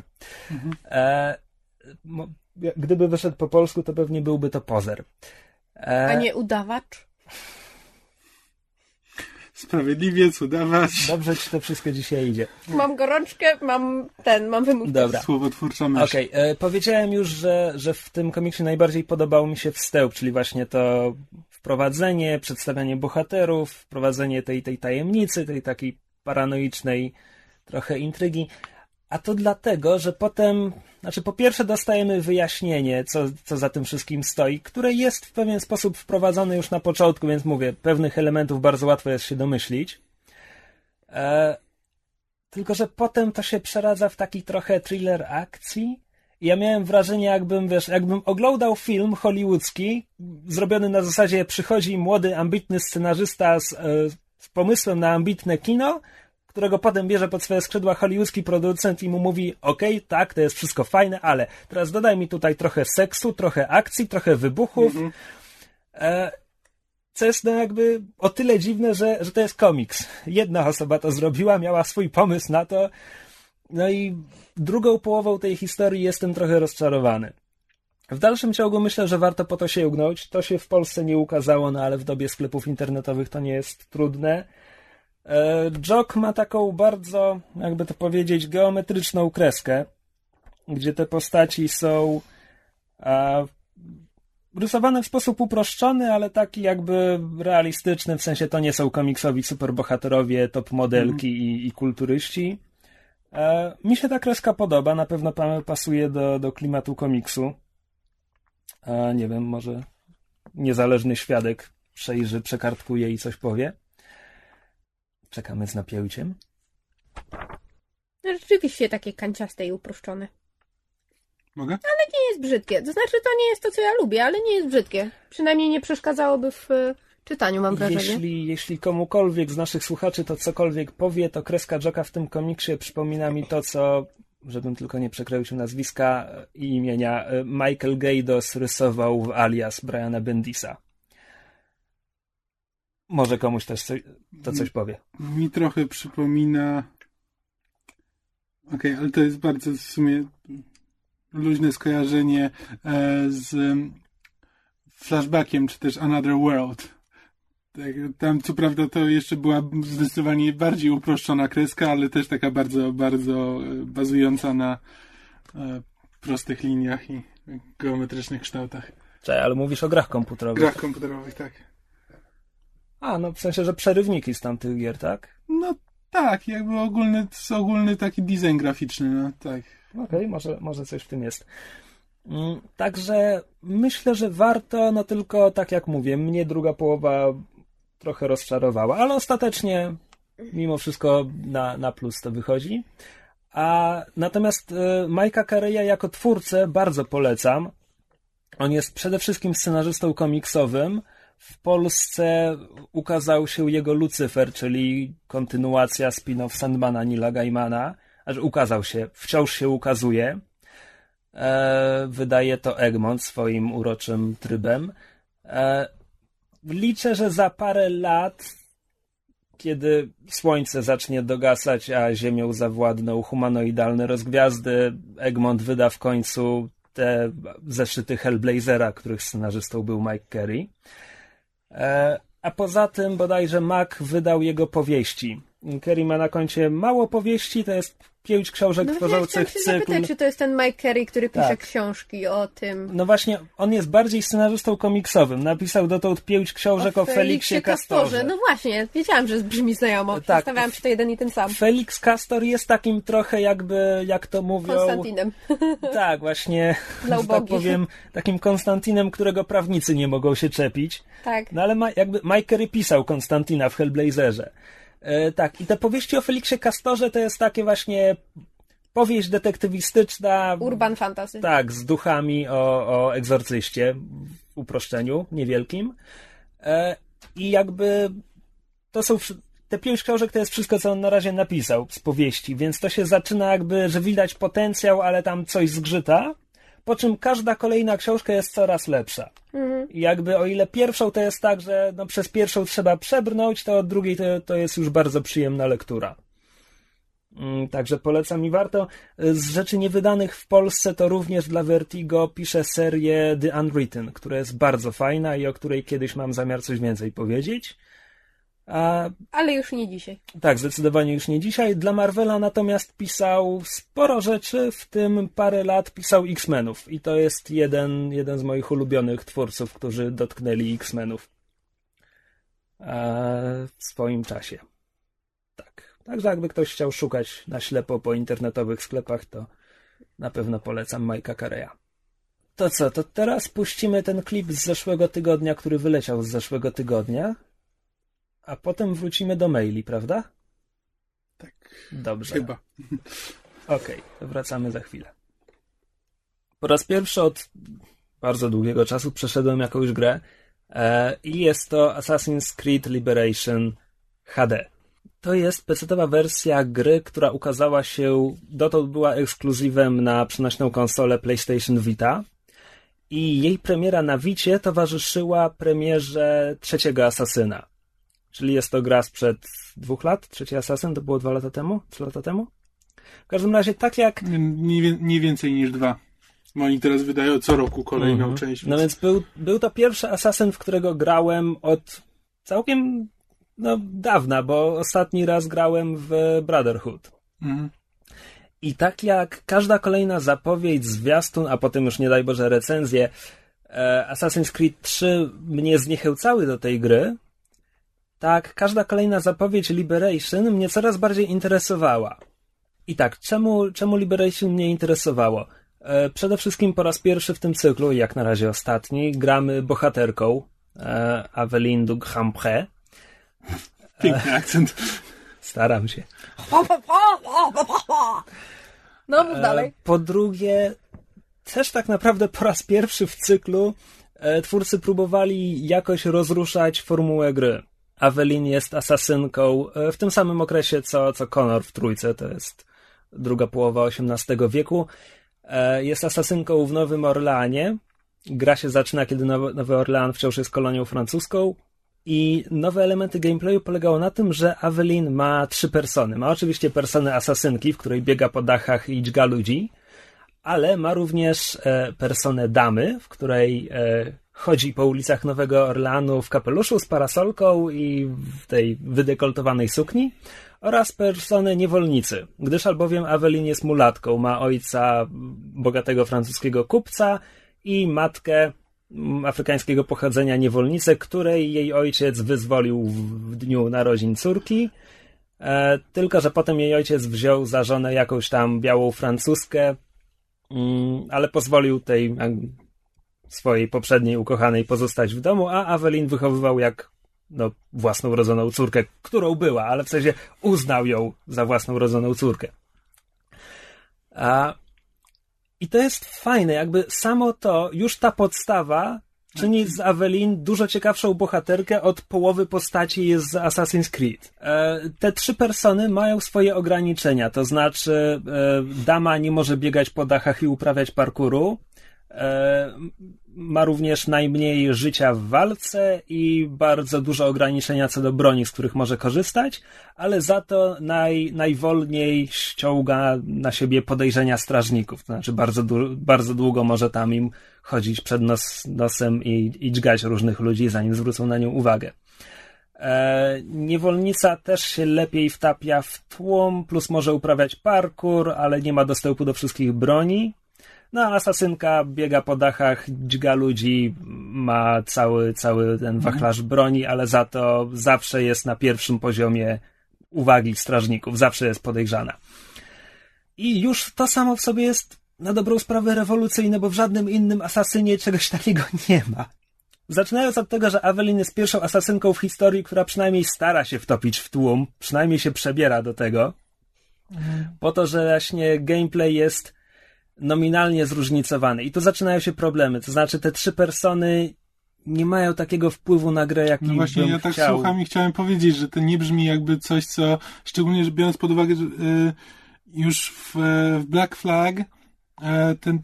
Gdyby wyszedł po polsku, to pewnie byłby to pozer. A nie udawacz? Sprawiedliwiec, udawać. Dobrze ci to wszystko dzisiaj idzie. Mam gorączkę, mam wymówkę. Dobra. Słowotwórcza myśl. Okej, powiedziałem już, że w tym komiksie najbardziej podobał mi się wstęp, czyli właśnie to wprowadzenie, przedstawianie bohaterów, wprowadzenie tej tajemnicy, tej takiej paranoicznej trochę intrygi. A to dlatego, że potem, po pierwsze dostajemy wyjaśnienie, co za tym wszystkim stoi, które jest w pewien sposób wprowadzone już na początku, więc mówię, pewnych elementów bardzo łatwo jest się domyślić. Tylko że potem to się przeradza w taki trochę thriller akcji. I ja miałem wrażenie, jakbym oglądał film hollywoodzki, zrobiony na zasadzie przychodzi młody, ambitny scenarzysta z pomysłem na ambitne kino, którego potem bierze pod swoje skrzydła hollywoodzki producent i mu mówi, okej, tak, to jest wszystko fajne, ale teraz dodaj mi tutaj trochę seksu, trochę akcji, trochę wybuchów. Co jest o tyle dziwne, że to jest komiks. Jedna osoba to zrobiła, miała swój pomysł na to, no i drugą połową tej historii jestem trochę rozczarowany. W dalszym ciągu myślę, że warto po to sięgnąć. To się w Polsce nie ukazało, no ale w dobie sklepów internetowych to nie jest trudne. Jock ma taką bardzo, jakby to powiedzieć, geometryczną kreskę, gdzie te postaci są rysowane w sposób uproszczony, ale taki jakby realistyczny, w sensie to nie są komiksowi superbohaterowie, top modelki i kulturyści. Mi się ta kreska podoba, na pewno pasuje do klimatu komiksu. Nie wiem, może niezależny świadek przejrzy, przekartkuje i coś powie. Czekamy z napięciem. No, rzeczywiście takie kanciaste i uproszczone. Mogę? Ale nie jest brzydkie. To znaczy, to nie jest to, co ja lubię, ale nie jest brzydkie. Przynajmniej nie przeszkadzałoby w czytaniu, mam wrażenie. Jeśli komukolwiek z naszych słuchaczy to cokolwiek powie, to kreska Jocka w tym komiksie przypomina mi to, co, żebym tylko nie przekręcił nazwiska i imienia, Michael Gaydos rysował w Alias Briana Bendisa. Może komuś też to coś powie. Mi trochę przypomina... Okej, ale to jest bardzo w sumie luźne skojarzenie z Flashbackiem, czy też Another World. Tak, tam co prawda to jeszcze była zdecydowanie bardziej uproszczona kreska, ale też taka bardzo, bardzo bazująca na prostych liniach i geometrycznych kształtach. Cześć, ale mówisz o grach komputerowych. Grach komputerowych, tak. No w sensie, że przerywniki z tamtych gier, tak? No tak, jakby ogólny taki design graficzny, no tak. Okej, może coś w tym jest. Także myślę, że warto, no tylko tak jak mówię, mnie druga połowa trochę rozczarowała, ale ostatecznie mimo wszystko na plus to wychodzi. Natomiast Mike'a Carreya jako twórcę bardzo polecam. On jest przede wszystkim scenarzystą komiksowym. W Polsce ukazał się jego Lucyfer, czyli kontynuacja spin-off Sandmana Neila Gaimana. Ukazał się, wciąż się ukazuje. Wydaje to Egmont swoim uroczym trybem. Liczę, że za parę lat, kiedy słońce zacznie dogasać, a ziemią zawładną humanoidalne rozgwiazdy, Egmont wyda w końcu te zeszyty Hellblazera, których scenarzystą był Mike Carey. A poza tym bodajże Mac wydał jego powieści. Carey ma na koncie mało powieści, to jest 5 książek tworzących cykl. Zapytać, czy to jest ten Mike Carey, który pisze tak. książki o tym. No właśnie, on jest bardziej scenarzystą komiksowym. Napisał dotąd 5 książek o Feliksie Castorze. No właśnie, wiedziałam, że brzmi znajomo. Tak. Zastanawiałam się, czy to jeden i ten sam. Felix Castor jest takim trochę jakby, jak to mówią... Konstantinem. Tak, właśnie, Dla że tak powiem, takim Konstantinem, którego prawnicy nie mogą się czepić. Tak. No ale Mike Carey pisał Konstantina w Hellblazerze. Tak, i te powieści o Feliksie Castorze to jest takie właśnie powieść detektywistyczna. Urban fantasy. Tak, z duchami o egzorcyście w uproszczeniu niewielkim. I jakby to są te 5 książek to jest wszystko, co on na razie napisał z powieści, więc to się zaczyna jakby, że widać potencjał, ale tam coś zgrzyta, po czym każda kolejna książka jest coraz lepsza. I jakby o ile pierwszą to jest tak, że no przez pierwszą trzeba przebrnąć, to od drugiej to jest już bardzo przyjemna lektura. Także polecam i warto. Z rzeczy niewydanych w Polsce to również dla Vertigo piszę serię The Unwritten, która jest bardzo fajna i o której kiedyś mam zamiar coś więcej powiedzieć. Ale już nie dzisiaj. Tak, zdecydowanie już nie dzisiaj. Dla Marvela natomiast pisał sporo rzeczy, w tym parę lat pisał X-Menów. I to jest jeden z moich ulubionych twórców, którzy dotknęli X-Menów w swoim czasie. Tak. Także jakby ktoś chciał szukać na ślepo po internetowych sklepach, to na pewno polecam Mike'a Carreya. To co, to teraz puścimy ten klip z zeszłego tygodnia, który wyleciał z zeszłego tygodnia, a potem wrócimy do maili, prawda? Tak. Dobrze. Chyba. Okej, to wracamy za chwilę. Po raz pierwszy od bardzo długiego czasu przeszedłem jakąś grę i jest to Assassin's Creed Liberation HD. To jest PC-towa wersja gry, która ukazała się, dotąd była ekskluzywem na przenośną konsolę PlayStation Vita i jej premiera na Vicie towarzyszyła premierze trzeciego Asasyna. Czyli jest to gra sprzed 2 lat. Trzeci Asasyn to było 2 lata temu? 3 lata temu? W każdym razie tak jak... Nie więcej niż 2. Bo oni teraz wydają co roku kolejną część. Więc... No więc był to pierwszy Asasyn, w którego grałem od całkiem dawna, bo ostatni raz grałem w Brotherhood. I tak jak każda kolejna zapowiedź, zwiastun, a potem już nie daj Boże recenzje, Assassin's Creed 3 mnie zniechęcały do tej gry, tak każda kolejna zapowiedź Liberation mnie coraz bardziej interesowała. I tak, czemu Liberation mnie interesowało? Przede wszystkim po raz pierwszy w tym cyklu, jak na razie ostatni, gramy bohaterką Aveline du Grand-Pré. Piękny akcent. Staram się. No, mów dalej. Po drugie, też tak naprawdę po raz pierwszy w cyklu twórcy próbowali jakoś rozruszać formułę gry. Aveline jest asasynką w tym samym okresie, co Connor w Trójce, to jest druga połowa XVIII wieku. Jest asasynką w Nowym Orleanie. Gra się zaczyna, kiedy Nowy Orlean wciąż jest kolonią francuską. I nowe elementy gameplayu polegało na tym, że Aveline ma 3 persony. Ma oczywiście personę asasynki, w której biega po dachach i dźga ludzi, ale ma również personę damy, w której chodzi po ulicach Nowego Orleanu w kapeluszu z parasolką i w tej wydekoltowanej sukni, oraz personę niewolnicy, gdyż albowiem Aveline jest mulatką. Ma ojca bogatego francuskiego kupca i matkę afrykańskiego pochodzenia niewolnicę, której jej ojciec wyzwolił w dniu narodzin córki, tylko że potem jej ojciec wziął za żonę jakąś tam białą Francuskę, ale pozwolił tej swojej poprzedniej ukochanej pozostać w domu, a Aveline wychowywał jak własną rodzoną córkę, którą była, ale w sensie uznał ją za własną rodzoną córkę. I to jest fajne, jakby samo to, już ta podstawa czyni z Aveline dużo ciekawszą bohaterkę od połowy postaci z Assassin's Creed. Te 3 persony mają swoje ograniczenia, to znaczy dama nie może biegać po dachach i uprawiać parkouru, ma również najmniej życia w walce i bardzo duże ograniczenia co do broni, z których może korzystać, ale za to najwolniej ściąga na siebie podejrzenia strażników. To znaczy bardzo długo może tam im chodzić przed nosem i dźgać różnych ludzi, zanim zwrócą na nią uwagę. Niewolnica też się lepiej wtapia w tłum, plus może uprawiać parkour, ale nie ma dostępu do wszystkich broni. No, asasynka biega po dachach, dźga ludzi, ma cały ten wachlarz broni, ale za to zawsze jest na pierwszym poziomie uwagi strażników, zawsze jest podejrzana. I już to samo w sobie jest na dobrą sprawę rewolucyjne, bo w żadnym innym asasynie czegoś takiego nie ma. Zaczynając od tego, że Aveline jest pierwszą asasynką w historii, która przynajmniej stara się wtopić w tłum, przynajmniej się przebiera do tego, po to, że właśnie gameplay jest nominalnie zróżnicowany. I tu zaczynają się problemy. To znaczy te 3 persony nie mają takiego wpływu na grę, jaki bym właśnie ja tak słucham i chciałem powiedzieć, że to nie brzmi jakby coś, co szczególnie że biorąc pod uwagę, że już w Black Flag ten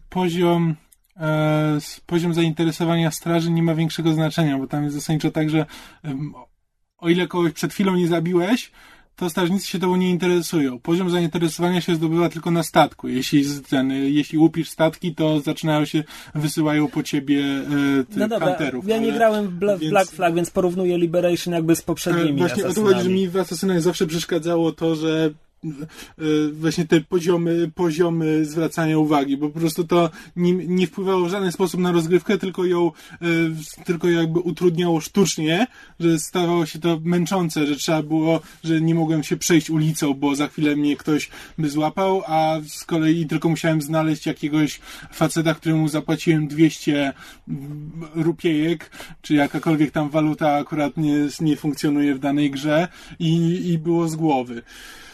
poziom zainteresowania straży nie ma większego znaczenia, bo tam jest zasadniczo tak, że o ile kogoś przed chwilą nie zabiłeś, to strażnicy się tobą nie interesują. Poziom zainteresowania się zdobywa tylko na statku. Jeśli łupisz statki, to wysyłają po ciebie hunterów. Ja nie grałem w Black Flag, więc porównuję Liberation jakby z poprzednimi właśnie o to chodzi, że mi w Asasynach zawsze przeszkadzało to, że właśnie te poziomy zwracania uwagi, bo po prostu to nie wpływało w żaden sposób na rozgrywkę, tylko jakby utrudniało sztucznie, że stawało się to męczące, że nie mogłem się przejść ulicą, bo za chwilę mnie ktoś by złapał, a z kolei tylko musiałem znaleźć jakiegoś faceta, któremu zapłaciłem 200 rupiejek, czy jakakolwiek tam waluta akurat nie funkcjonuje w danej grze i było z głowy.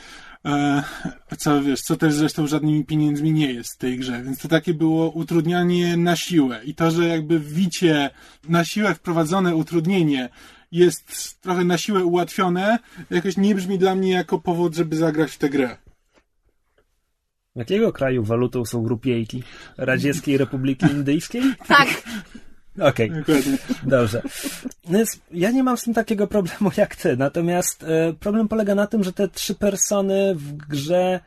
Co też zresztą żadnymi pieniędzmi nie jest w tej grze, więc to takie było utrudnianie na siłę i to, że jakby wicie na siłę wprowadzone utrudnienie jest trochę na siłę ułatwione, jakoś nie brzmi dla mnie jako powód, żeby zagrać w tę grę. Jakiego kraju walutą są rupiejki? Radzieckiej Republiki Indyjskiej? Tak. Okej, dobrze. Ja nie mam z tym takiego problemu jak ty, natomiast problem polega na tym, że te 3 persony w grze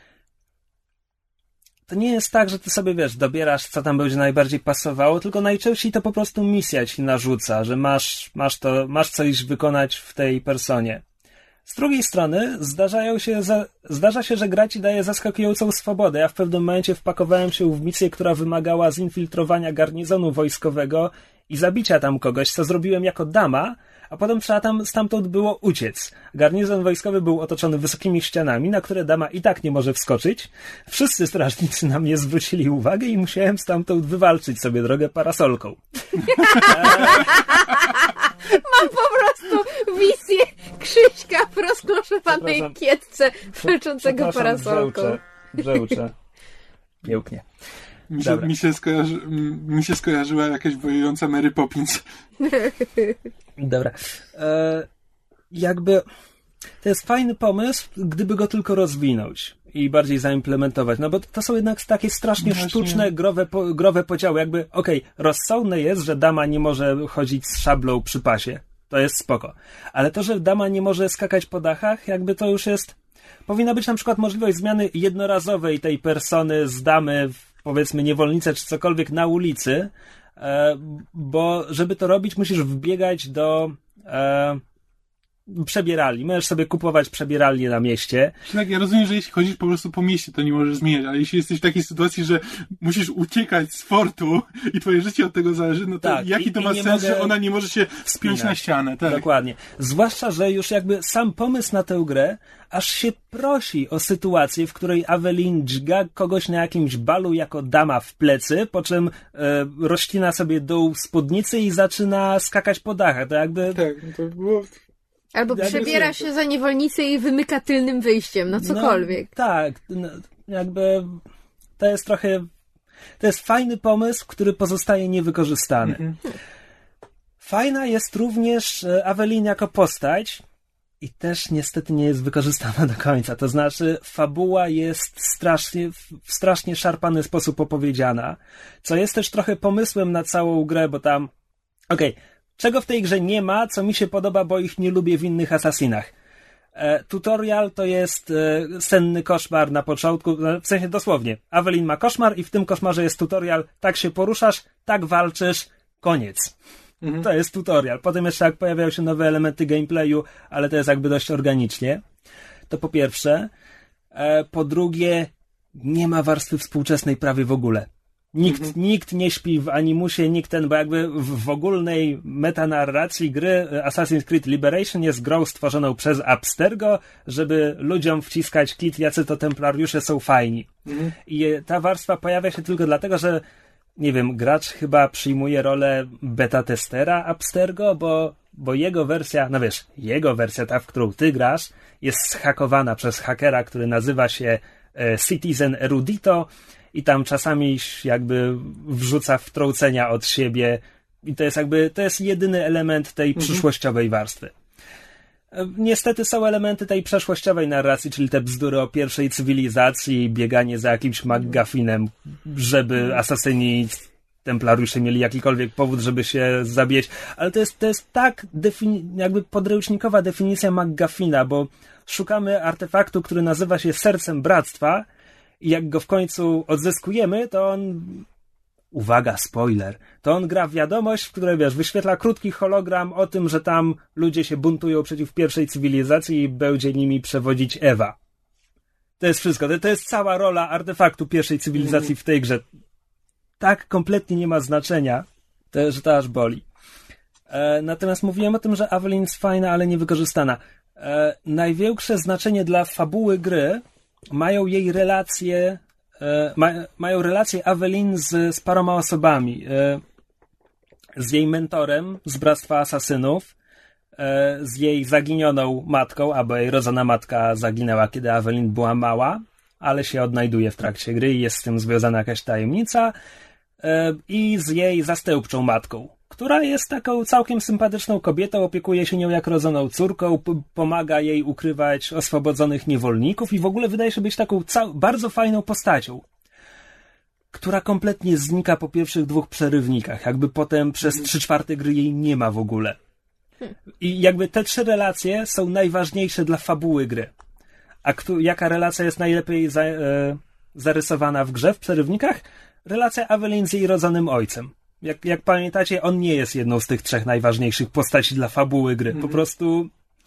to nie jest tak, że ty sobie, dobierasz, co tam będzie najbardziej pasowało, tylko najczęściej to po prostu misja ci narzuca, że masz coś wykonać w tej personie. Z drugiej strony zdarza się, że gra ci daje zaskakującą swobodę. Ja w pewnym momencie wpakowałem się w misję, która wymagała zinfiltrowania garnizonu wojskowego i zabicia tam kogoś, co zrobiłem jako dama, a potem trzeba stamtąd było uciec. Garnizon wojskowy był otoczony wysokimi ścianami, na które dama i tak nie może wskoczyć. Wszyscy strażnicy na mnie zwrócili uwagę i musiałem stamtąd wywalczyć sobie drogę parasolką. Mam po prostu wizję Krzyśka w rozkloszowanej kietce walczącego parasolką. Żełczę. Pięknie. Mi się skojarzyła jakaś wojująca Mary Poppins. Dobra. Jakby to jest fajny pomysł, gdyby go tylko rozwinąć i bardziej zaimplementować. No bo to są jednak takie strasznie sztuczne, growe podziały. Jakby, rozsądne jest, że dama nie może chodzić z szablą przy pasie. To jest spoko. Ale to, że dama nie może skakać po dachach, jakby to już jest... Powinna być na przykład możliwość zmiany jednorazowej tej persony z damy w, powiedzmy, niewolnicę czy cokolwiek na ulicy, bo żeby to robić, musisz wbiegać do przebieralni. Możesz sobie kupować przebieralnie na mieście. Tak, ja rozumiem, że jeśli chodzisz po prostu po mieście, to nie możesz zmieniać, ale jeśli jesteś w takiej sytuacji, że musisz uciekać z fortu i twoje życie od tego zależy, no to tak, jaki to ma sens, że ona nie może się wspiąć na ścianę? Tak. Dokładnie. Zwłaszcza, że już jakby sam pomysł na tę grę aż się prosi o sytuację, w której Evelyn dźga kogoś na jakimś balu jako dama w plecy, po czym rozcina sobie dół spódnicy i zaczyna skakać po dachach. To jakby... Tak, to było... Albo przebiera się za niewolnicę i wymyka tylnym wyjściem, cokolwiek. No, tak, jakby to jest trochę... To jest fajny pomysł, który pozostaje niewykorzystany. Mhm. Fajna jest również Evelyn jako postać i też niestety nie jest wykorzystana do końca. To znaczy fabuła jest w strasznie szarpany sposób opowiedziana, co jest też trochę pomysłem na całą grę, bo tam... Czego w tej grze nie ma, co mi się podoba, bo ich nie lubię w innych Assassinach. Tutorial to jest senny koszmar na początku, w sensie dosłownie. Evelyn ma koszmar i w tym koszmarze jest tutorial. Tak się poruszasz, tak walczysz, koniec. Mhm. To jest tutorial. Potem jeszcze pojawiają się nowe elementy gameplayu, ale to jest jakby dość organicznie. To po pierwsze. Po drugie, nie ma warstwy współczesnej prawie w ogóle. Nikt nie śpi w Animusie, bo jakby w ogólnej metanarracji gry Assassin's Creed Liberation jest grą stworzoną przez Abstergo, żeby ludziom wciskać klit, jacy to templariusze są fajni. I ta warstwa pojawia się tylko dlatego, że nie wiem, gracz chyba przyjmuje rolę beta-testera Abstergo, bo jego wersja, jego wersja, ta, w którą ty grasz, jest zhakowana przez hakera, który nazywa się Citizen Erudito, i tam czasami jakby wrzuca wtrącenia od siebie i to jest jedyny element tej przyszłościowej warstwy. Niestety są elementy tej przeszłościowej narracji, czyli te bzdury o pierwszej cywilizacji, bieganie za jakimś McGuffinem, żeby asasyni templariusze mieli jakikolwiek powód, żeby się zabijać, ale to jest tak jakby podręcznikowa definicja McGuffina, bo szukamy artefaktu, który nazywa się Sercem Bractwa i jak go w końcu odzyskujemy, to on... Uwaga, spoiler. To on gra w wiadomość, w której, wyświetla krótki hologram o tym, że tam ludzie się buntują przeciw pierwszej cywilizacji i będzie nimi przewodzić Ewa. To jest wszystko. To jest cała rola artefaktu pierwszej cywilizacji w tej grze. Tak kompletnie nie ma znaczenia, że to aż boli. Natomiast mówiłem o tym, że Aveline jest fajna, ale niewykorzystana. Największe znaczenie dla fabuły gry mają jej relacje, mają relacje Aveline z paroma osobami. Z jej mentorem z Bractwa Asasynów, z jej zaginioną matką, albo jej rodzona matka zaginęła, kiedy Aveline była mała, ale się odnajduje w trakcie gry i jest z tym związana jakaś tajemnica, i z jej zastępczą matką, która jest taką całkiem sympatyczną kobietą, opiekuje się nią jak rodzoną córką, pomaga jej ukrywać oswobodzonych niewolników i w ogóle wydaje się być taką bardzo fajną postacią, która kompletnie znika po pierwszych 2 przerywnikach. Jakby potem przez 3/4 gry jej nie ma w ogóle. I jakby te 3 relacje są najważniejsze dla fabuły gry. A jaka relacja jest najlepiej zarysowana w grze, w przerywnikach? Relacja Aveline z jej rodzonym ojcem. Jak pamiętacie, on nie jest jedną z tych 3 najważniejszych postaci dla fabuły gry. Po prostu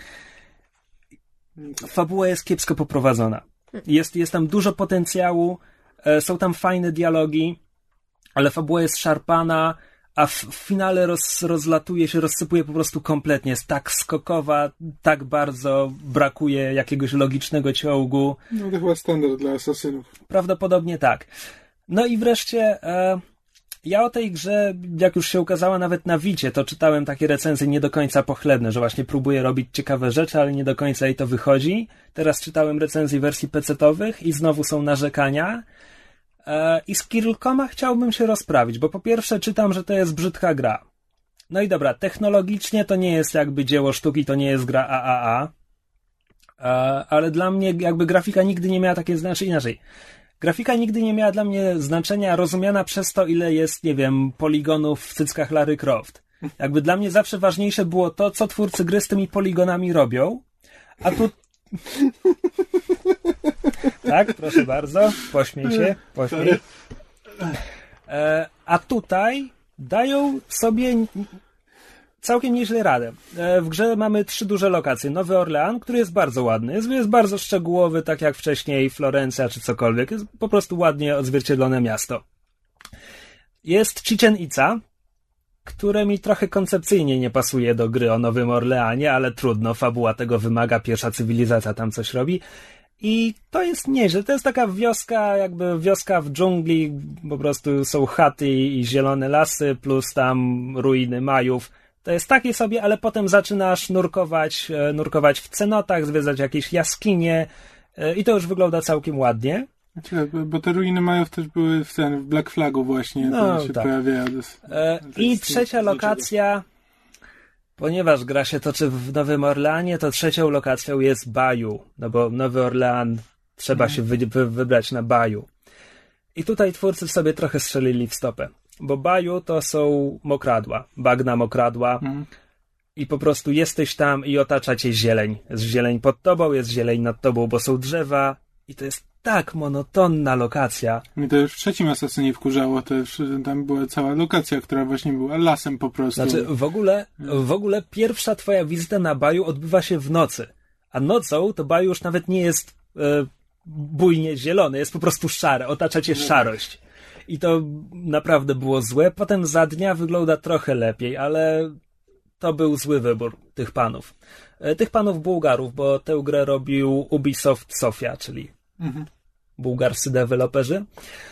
fabuła jest kiepsko poprowadzona. Jest tam dużo potencjału, są tam fajne dialogi, ale fabuła jest szarpana, a w finale rozlatuje się, rozsypuje po prostu kompletnie. Jest tak skokowa, tak bardzo brakuje jakiegoś logicznego ciągu. No to chyba standard dla asasynów. Prawdopodobnie tak. No i wreszcie ja o tej grze, jak już się ukazała nawet na Vicie, to czytałem takie recenzje nie do końca pochlebne, że właśnie próbuje robić ciekawe rzeczy, ale nie do końca jej to wychodzi. Teraz czytałem recenzje wersji PC-towych i znowu są narzekania. I z Killcoma chciałbym się rozprawić, bo po pierwsze czytam, że to jest brzydka gra. No i dobra, technologicznie to nie jest jakby dzieło sztuki, to nie jest gra AAA, ale dla mnie jakby grafika nigdy nie miała takie, znaczy inaczej. Grafika nigdy nie miała dla mnie znaczenia rozumiana przez to, ile jest, nie wiem, poligonów w cyckach Lara Croft. Jakby dla mnie zawsze ważniejsze było to, co twórcy gry z tymi poligonami robią, a tu... Tak, proszę bardzo, pośmiej się, pośmiej. A tutaj dają sobie całkiem nieźle radę. W grze mamy 3 duże lokacje. Nowy Orlean, który jest bardzo ładny, jest bardzo szczegółowy, tak jak wcześniej Florencja czy cokolwiek. Jest po prostu ładnie odzwierciedlone miasto. Jest Chichen Itza, które mi trochę koncepcyjnie nie pasuje do gry o Nowym Orleanie, ale trudno, fabuła tego wymaga, pierwsza cywilizacja tam coś robi. I to jest nieźle. To jest taka wioska, jakby wioska w dżungli, po prostu są chaty i zielone lasy, plus tam ruiny Majów. To jest takie sobie, ale potem zaczynasz nurkować w cenotach, zwiedzać jakieś jaskinie i to już wygląda całkiem ładnie. Bo te ruiny Majów też były w Black Flagu właśnie, no, się tak. pojawiają. I trzecia lokacja, ponieważ gra się toczy w Nowym Orleanie, to trzecią lokacją jest Bayou, no bo Nowy Orlean trzeba się wybrać na Bayou. I tutaj twórcy sobie trochę strzelili w stopę, bo Bayou to są mokradła, bagna mokradła i po prostu jesteś tam i otacza cię zieleń. Jest zieleń pod tobą, jest zieleń nad tobą, bo są drzewa i to jest tak monotonna lokacja. Mnie to już w 3. Asasynie wkurzało, to już tam była cała lokacja, która właśnie była lasem po prostu. Znaczy w ogóle pierwsza twoja wizyta na Bayou odbywa się w nocy, a nocą to Bayou już nawet nie jest bujnie zielony, jest po prostu szare, otacza cię szarość. I to naprawdę było złe. Potem za dnia wygląda trochę lepiej, ale to był zły wybór tych panów. Tych panów Bułgarów, bo tę grę robił Ubisoft Sofia, czyli bułgarscy deweloperzy.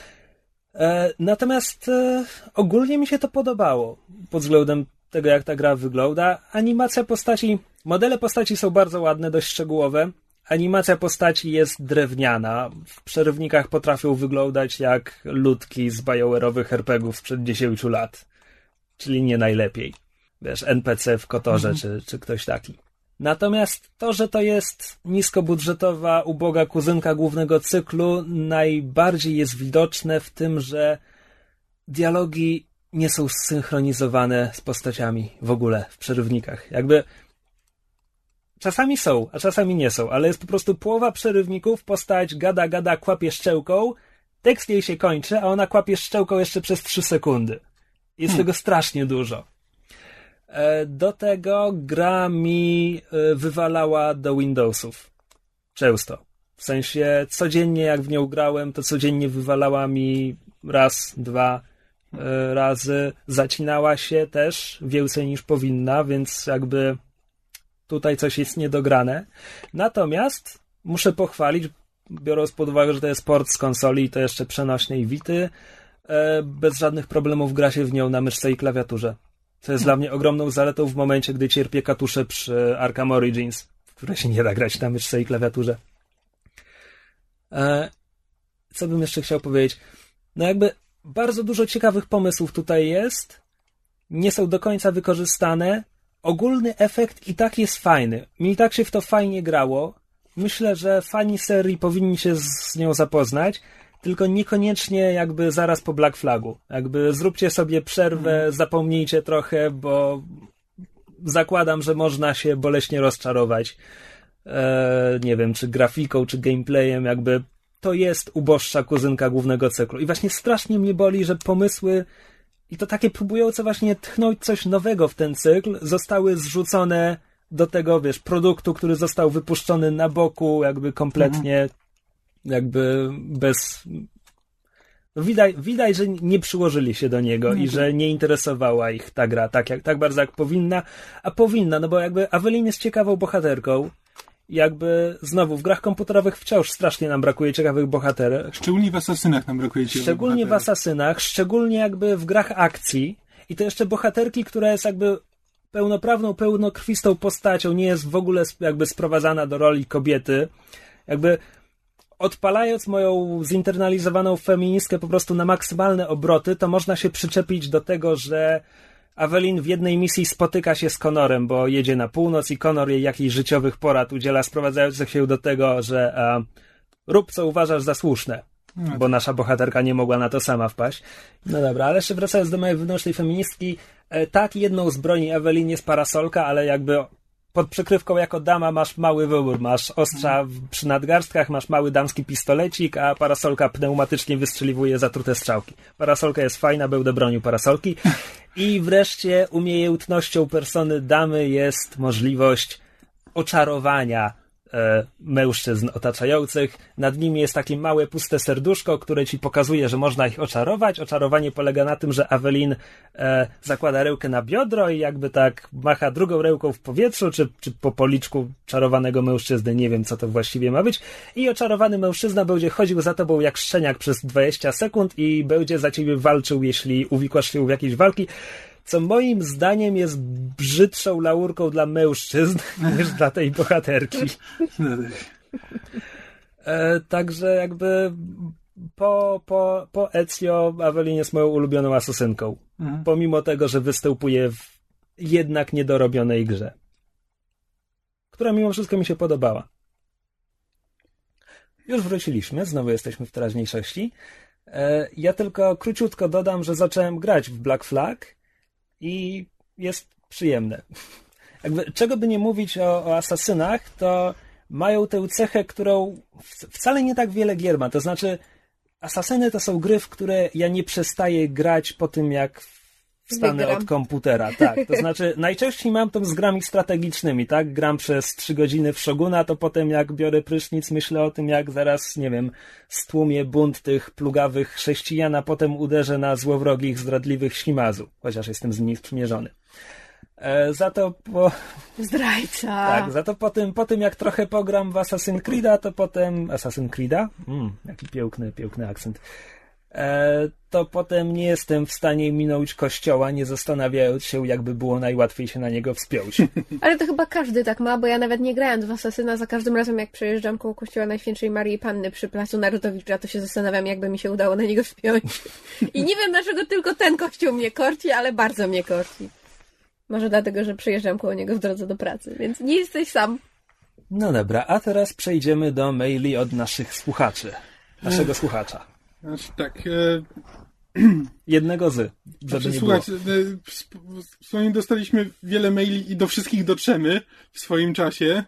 Natomiast ogólnie mi się to podobało pod względem tego, jak ta gra wygląda. Animacja postaci, modele postaci są bardzo ładne, dość szczegółowe. Animacja postaci jest drewniana. W przerywnikach potrafią wyglądać jak ludki z BioWare'owych RPGów sprzed 10 lat. Czyli nie najlepiej. Wiesz, NPC w Kotorze czy ktoś taki. Natomiast to, że to jest niskobudżetowa, uboga kuzynka głównego cyklu, najbardziej jest widoczne w tym, że dialogi nie są zsynchronizowane z postaciami w ogóle w przerywnikach. Jakby czasami są, a czasami nie są, ale jest po prostu połowa przerywników, postać gada, kłapie szczęką, tekst jej się kończy, a ona kłapie szczęką jeszcze przez 3 sekundy. Jest tego strasznie dużo. Do tego gra mi wywalała do Windowsów. Często. W sensie codziennie jak w nią grałem, to codziennie wywalała mi 1, 2 razy. Zacinała się też więcej niż powinna, więc jakby tutaj coś jest niedograne. Natomiast muszę pochwalić, biorąc pod uwagę, że to jest port z konsoli i to jeszcze przenośnej Vity, bez żadnych problemów gra się w nią na myszce i klawiaturze. Co jest dla mnie ogromną zaletą w momencie, gdy cierpię katusze przy Arkham Origins, w które się nie da grać na myszce i klawiaturze. Co bym jeszcze chciał powiedzieć? No jakby bardzo dużo ciekawych pomysłów tutaj jest. Nie są do końca wykorzystane. Ogólny efekt i tak jest fajny. Mi i tak się w to fajnie grało. Myślę, że fani serii powinni się z nią zapoznać, tylko niekoniecznie jakby zaraz po Black Flagu. Jakby zróbcie sobie przerwę, zapomnijcie trochę, bo zakładam, że można się boleśnie rozczarować. Nie wiem, czy grafiką, czy gameplayem, jakby to jest uboższa kuzynka głównego cyklu. I właśnie strasznie mnie boli, że pomysły i to takie próbujące właśnie tchnąć coś nowego w ten cykl zostały zrzucone do tego, wiesz, produktu, który został wypuszczony na boku, jakby kompletnie jakby bez... No widać, że nie przyłożyli się do niego i że nie interesowała ich ta gra tak bardzo jak powinna, a powinna, no bo jakby Evelyn jest ciekawą bohaterką. Jakby znowu w grach komputerowych wciąż strasznie nam brakuje ciekawych bohaterek. Szczególnie w Asasynach nam brakuje ciekawych Szczególnie w Asasynach, szczególnie jakby w grach akcji i to jeszcze bohaterki, która jest jakby pełnoprawną, pełnokrwistą postacią, nie jest w ogóle jakby sprowadzana do roli kobiety. Jakby odpalając moją zinternalizowaną feministkę po prostu na maksymalne obroty, to można się przyczepić do tego, że Evelyn w jednej misji spotyka się z Connorem, bo jedzie na północ i Connor jej jakichś życiowych porad udziela, sprowadzających się do tego, że rób co uważasz za słuszne, bo nasza bohaterka nie mogła na to sama wpaść. No dobra, ale jeszcze wracając do mojej wewnętrznej feministki, tak, jedną z broni Evelyn jest parasolka, ale jakby pod przykrywką jako dama masz mały wybór. Masz ostrza przy nadgarstkach, masz mały damski pistolecik, a parasolka pneumatycznie wystrzeliwuje zatrute strzałki. Parasolka jest fajna, będę bronił parasolki. I wreszcie umiejętnością persony damy jest możliwość oczarowania mężczyzn otaczających. Nad nimi jest takie małe, puste serduszko, które ci pokazuje, że można ich oczarować. Oczarowanie polega na tym, że Evelyn zakłada rękę na biodro i jakby tak macha drugą ręką w powietrzu, czy po policzku czarowanego mężczyzny. Nie wiem, co to właściwie ma być. I oczarowany mężczyzna będzie chodził za tobą jak szczeniak przez 20 sekund i będzie za ciebie walczył, jeśli uwikłasz się w jakieś walki. Co moim zdaniem jest brzydszą laurką dla mężczyzn niż dla tej bohaterki. Także jakby po Ezio Evelyn jest moją ulubioną asasynką. Pomimo tego, że występuje w jednak niedorobionej grze. Która mimo wszystko mi się podobała. Już wróciliśmy, znowu jesteśmy w teraźniejszości. Ja tylko króciutko dodam, że zacząłem grać w Black Flag i jest przyjemne. Jakby, czego by nie mówić o Asasynach, to mają tę cechę, którą wcale nie tak wiele gier ma. To znaczy, Asasyny to są gry, w które ja nie przestaję grać po tym, jak wstanę od komputera. Tak, to znaczy, najczęściej mam to z grami strategicznymi, tak? Gram przez 3 godziny w Shoguna, to potem jak biorę prysznic, myślę o tym, jak zaraz, nie wiem, stłumię bunt tych plugawych chrześcijan, a potem uderzę na złowrogich, zdradliwych ślimazu, chociaż jestem z nimi sprzymierzony. Za to Zdrajca! Tak, za to po tym jak trochę pogram w Assassin's Creed'a, to potem... Assassin's Creed'a? Jaki piękny akcent. To potem nie jestem w stanie minąć kościoła, nie zastanawiając się, jakby było najłatwiej się na niego wspiąć. Ale to chyba każdy tak ma, bo ja nawet nie grając w Asasyna, za każdym razem jak przejeżdżam koło kościoła Najświętszej Marii Panny przy placu Narutowicza, to się zastanawiam, jakby mi się udało na niego wspiąć. I nie wiem, dlaczego tylko ten kościół mnie korci, ale bardzo mnie korci. Może dlatego, że przejeżdżam koło niego w drodze do pracy, więc nie jesteś sam. No dobra, a teraz przejdziemy do maili od naszych słuchaczy. Naszego słuchacza. Znaczy tak, Jednego żeby nie słuchajcie, było. Dostaliśmy wiele maili i do wszystkich dotrzemy w swoim czasie,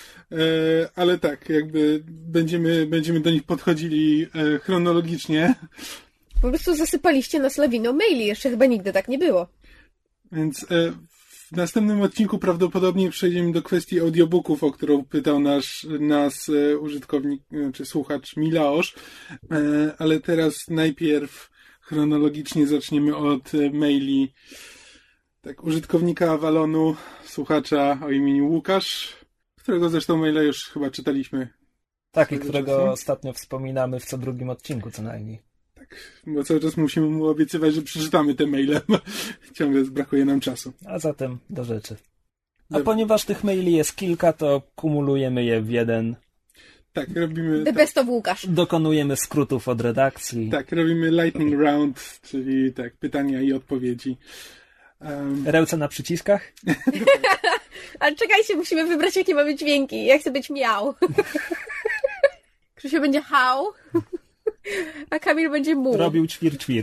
ale tak, jakby będziemy do nich podchodzili chronologicznie. Po prostu zasypaliście nas lawiną maili, jeszcze chyba nigdy tak nie było. Więc w następnym odcinku prawdopodobnie przejdziemy do kwestii audiobooków, o którą pytał nas użytkownik, czy słuchacz Milaosz, ale teraz najpierw chronologicznie zaczniemy od maili użytkownika Avalonu, słuchacza o imieniu Łukasz, którego zresztą maila już chyba czytaliśmy. Tak, i którego ostatnio wspominamy w co drugim odcinku co najmniej. Tak, bo cały czas musimy mu obiecywać, że przeczytamy te maile. Ciągle brakuje nam czasu. A zatem do rzeczy. A ponieważ tych maili jest kilka, to kumulujemy je w jeden. Tak, robimy... The best of Łukasz. Dokonujemy skrótów od redakcji. Tak, robimy lightning round, czyli tak, pytania i odpowiedzi. Ręce na przyciskach? Ale czekajcie, musimy wybrać, jakie mamy dźwięki. Ja chcę być miał. Krzysiu będzie hał, a Kamil będzie mu. Robił ćwir.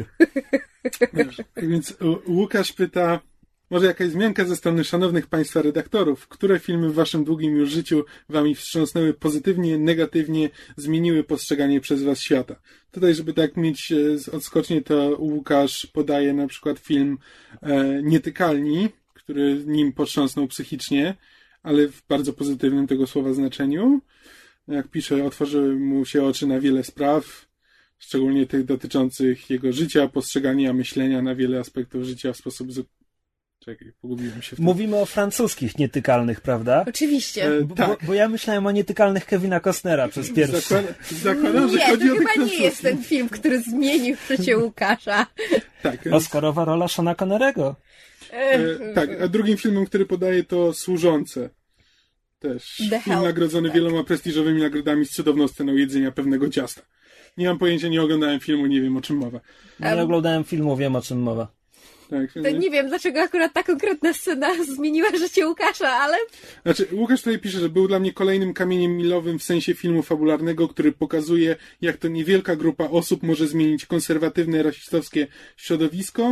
Tak więc Łukasz pyta, może jakaś wzmianka ze strony szanownych państwa redaktorów, które filmy w waszym długim już życiu wami wstrząsnęły pozytywnie, negatywnie, zmieniły postrzeganie przez was świata? Tutaj, żeby tak mieć odskocznie, to Łukasz podaje na przykład film Nietykalni, który nim potrząsnął psychicznie, ale w bardzo pozytywnym tego słowa znaczeniu. Jak pisze, otworzyły mu się oczy na wiele spraw, szczególnie tych dotyczących jego życia, postrzegania, myślenia na wiele aspektów życia w sposób... Czekaj, pogubiłem się w tym. Mówimy o francuskich Nietykalnych, prawda? Oczywiście. Tak. Bo ja myślałem o Nietykalnych Kevina Costnera przez pierwszy. Zakładam, że chodzi to o tych chyba nie jest ten film, który zmienił życie Łukasza. Tak. Oscarowa rola Seana Connerego. Tak, a drugim filmem, który podaje, to Służące. Też film nagrodzony wieloma prestiżowymi nagrodami z cudowną sceną jedzenia pewnego ciasta. Nie mam pojęcia, nie oglądałem filmu, nie wiem o czym mowa. Nie oglądałem filmu, wiem o czym mowa. Tak, to nie wiem, dlaczego akurat ta konkretna scena zmieniła życie Łukasza, ale... Znaczy, Łukasz tutaj pisze, że był dla mnie kolejnym kamieniem milowym w sensie filmu fabularnego, który pokazuje, jak to niewielka grupa osób może zmienić konserwatywne, rasistowskie środowisko.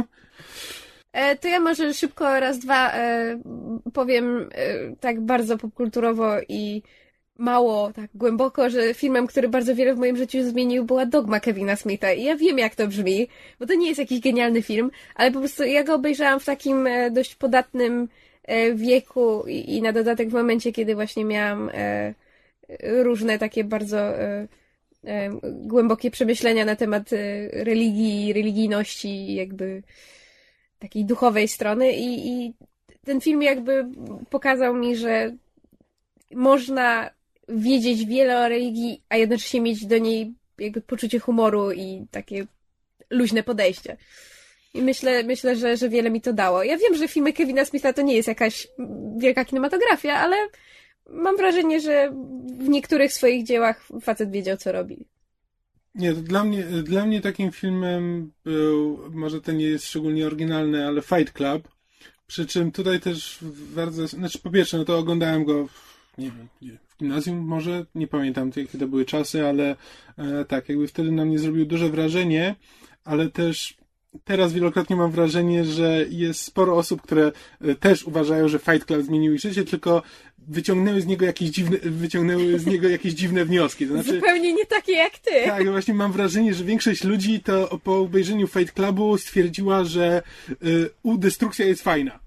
To ja może szybko raz, dwa powiem tak bardzo popkulturowo i mało tak głęboko, że filmem, który bardzo wiele w moim życiu zmienił, była Dogma Kevina Smitha. I ja wiem, jak to brzmi, bo to nie jest jakiś genialny film, ale po prostu ja go obejrzałam w takim dość podatnym wieku i na dodatek w momencie, kiedy właśnie miałam różne takie bardzo głębokie przemyślenia na temat religii, religijności, jakby takiej duchowej strony i ten film jakby pokazał mi, że można wiedzieć wiele o religii, a jednocześnie mieć do niej jakby poczucie humoru i takie luźne podejście. I myślę, że wiele mi to dało. Ja wiem, że filmy Kevina Smitha to nie jest jakaś wielka kinematografia, ale mam wrażenie, że w niektórych swoich dziełach facet wiedział, co robi. Nie, to dla mnie takim filmem był, może to nie jest szczególnie oryginalny, ale Fight Club. Przy czym tutaj też bardzo, znaczy po pierwsze, no to oglądałem go nie wiem, w gimnazjum może, nie pamiętam jakie to były czasy, ale tak, jakby wtedy na mnie zrobił duże wrażenie, ale też teraz wielokrotnie mam wrażenie, że jest sporo osób, które też uważają, że Fight Club zmienił ich życie, tylko wyciągnęły z niego jakieś dziwne wnioski. To znaczy, zupełnie nie takie jak ty. Tak, właśnie mam wrażenie, że większość ludzi to po obejrzeniu Fight Clubu stwierdziła, że destrukcja jest fajna.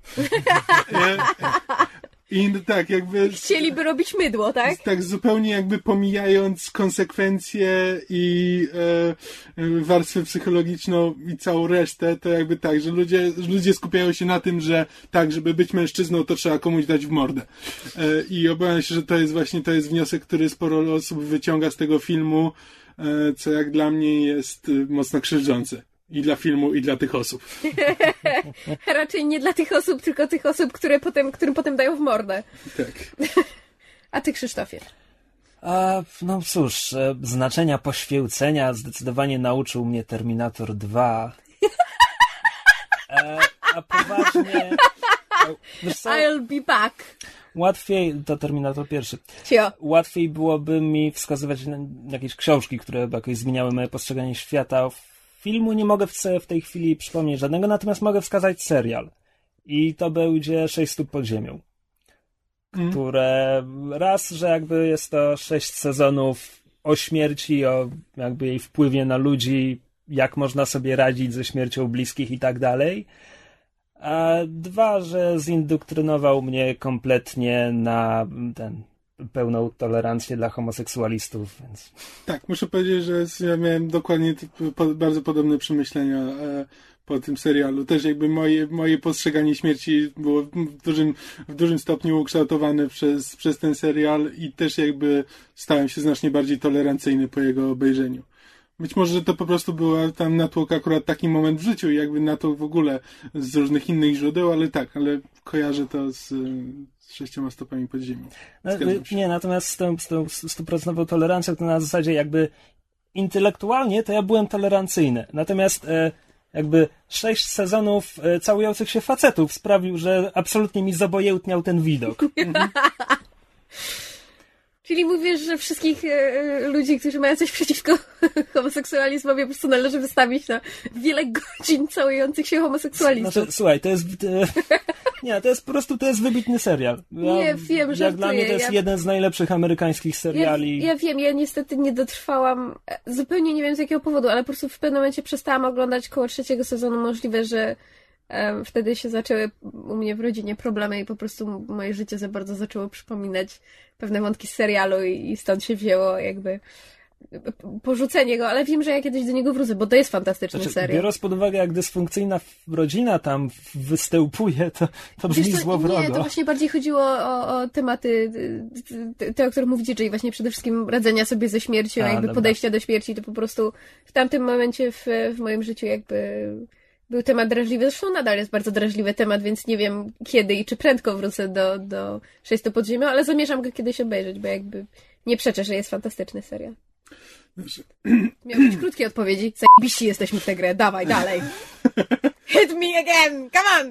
I tak jakby... Chcieliby robić mydło, tak? Tak, zupełnie jakby pomijając konsekwencje i warstwę psychologiczną i całą resztę, to jakby tak, że ludzie skupiają się na tym, że tak, żeby być mężczyzną, to trzeba komuś dać w mordę. I obawiam się, że to jest wniosek, który sporo osób wyciąga z tego filmu, co jak dla mnie jest mocno krzywdzące. I dla filmu, i dla tych osób. Raczej nie dla tych osób, tylko tych osób, którym potem dają w mordę. Tak. A ty, Krzysztofie? No cóż, znaczenia poświęcenia zdecydowanie nauczył mnie Terminator 2. A poważnie... Wiesz co? I'll be back. Łatwiej, to Terminator 1. Cio. Łatwiej byłoby mi wskazywać na jakieś książki, które jakoś zmieniały moje postrzeganie świata. filmu nie mogę sobie w tej chwili przypomnieć żadnego, natomiast mogę wskazać serial. I to będzie 6 stóp pod ziemią. Które raz, że jakby jest to 6 sezonów o śmierci, o jakby jej wpływie na ludzi, jak można sobie radzić ze śmiercią bliskich i tak dalej. A 2, że zindoktrynował mnie kompletnie na pełną tolerancję dla homoseksualistów, więc... Tak, muszę powiedzieć, że ja miałem dokładnie bardzo podobne przemyślenia po tym serialu. Też jakby moje postrzeganie śmierci było w dużym stopniu ukształtowane przez ten serial i też jakby stałem się znacznie bardziej tolerancyjny po jego obejrzeniu. Być może, że to po prostu była tam natłok akurat taki moment w życiu i jakby natłok w ogóle z różnych innych źródeł, ale kojarzę to z 6 stopami pod ziemią. Nie, natomiast z tą 100% tolerancją to na zasadzie jakby intelektualnie to ja byłem tolerancyjny. Natomiast jakby 6 sezonów całujących się facetów sprawił, że absolutnie mi zobojętniał ten widok. Czyli mówisz, że wszystkich ludzi, którzy mają coś przeciwko homoseksualizmowi, po prostu należy wystawić na wiele godzin całujących się homoseksualistów. Znaczy, słuchaj, to jest... Nie, to jest po prostu, to jest wybitny serial. Nie, wiem, że jak dla mnie to jest jeden z najlepszych amerykańskich seriali. Ja wiem, ja niestety nie dotrwałam, zupełnie nie wiem z jakiego powodu, ale po prostu w pewnym momencie przestałam oglądać koło 3 sezonu. Możliwe, że wtedy się zaczęły u mnie w rodzinie problemy i po prostu moje życie za bardzo zaczęło przypominać pewne wątki z serialu i stąd się wzięło jakby porzucenie go, ale wiem, że ja kiedyś do niego wrócę, bo to jest fantastyczny serial. Biorąc pod uwagę, jak dysfunkcyjna rodzina tam występuje, to brzmi złowrogo. Nie, to właśnie bardziej chodziło o tematy, te, o których mówi DJ, właśnie przede wszystkim radzenia sobie ze śmiercią, podejścia do śmierci, to po prostu w tamtym momencie w moim życiu jakby był temat drażliwy, zresztą nadal jest bardzo drażliwy temat, więc nie wiem kiedy i czy prędko wrócę do 6 pod ziemią, ale zamierzam go kiedyś obejrzeć, bo jakby nie przeczę, że jest fantastyczny serial. Miał być krótkie odpowiedzi. Zajebiści jesteśmy w tę grę, dawaj dalej. Hit me again, come on!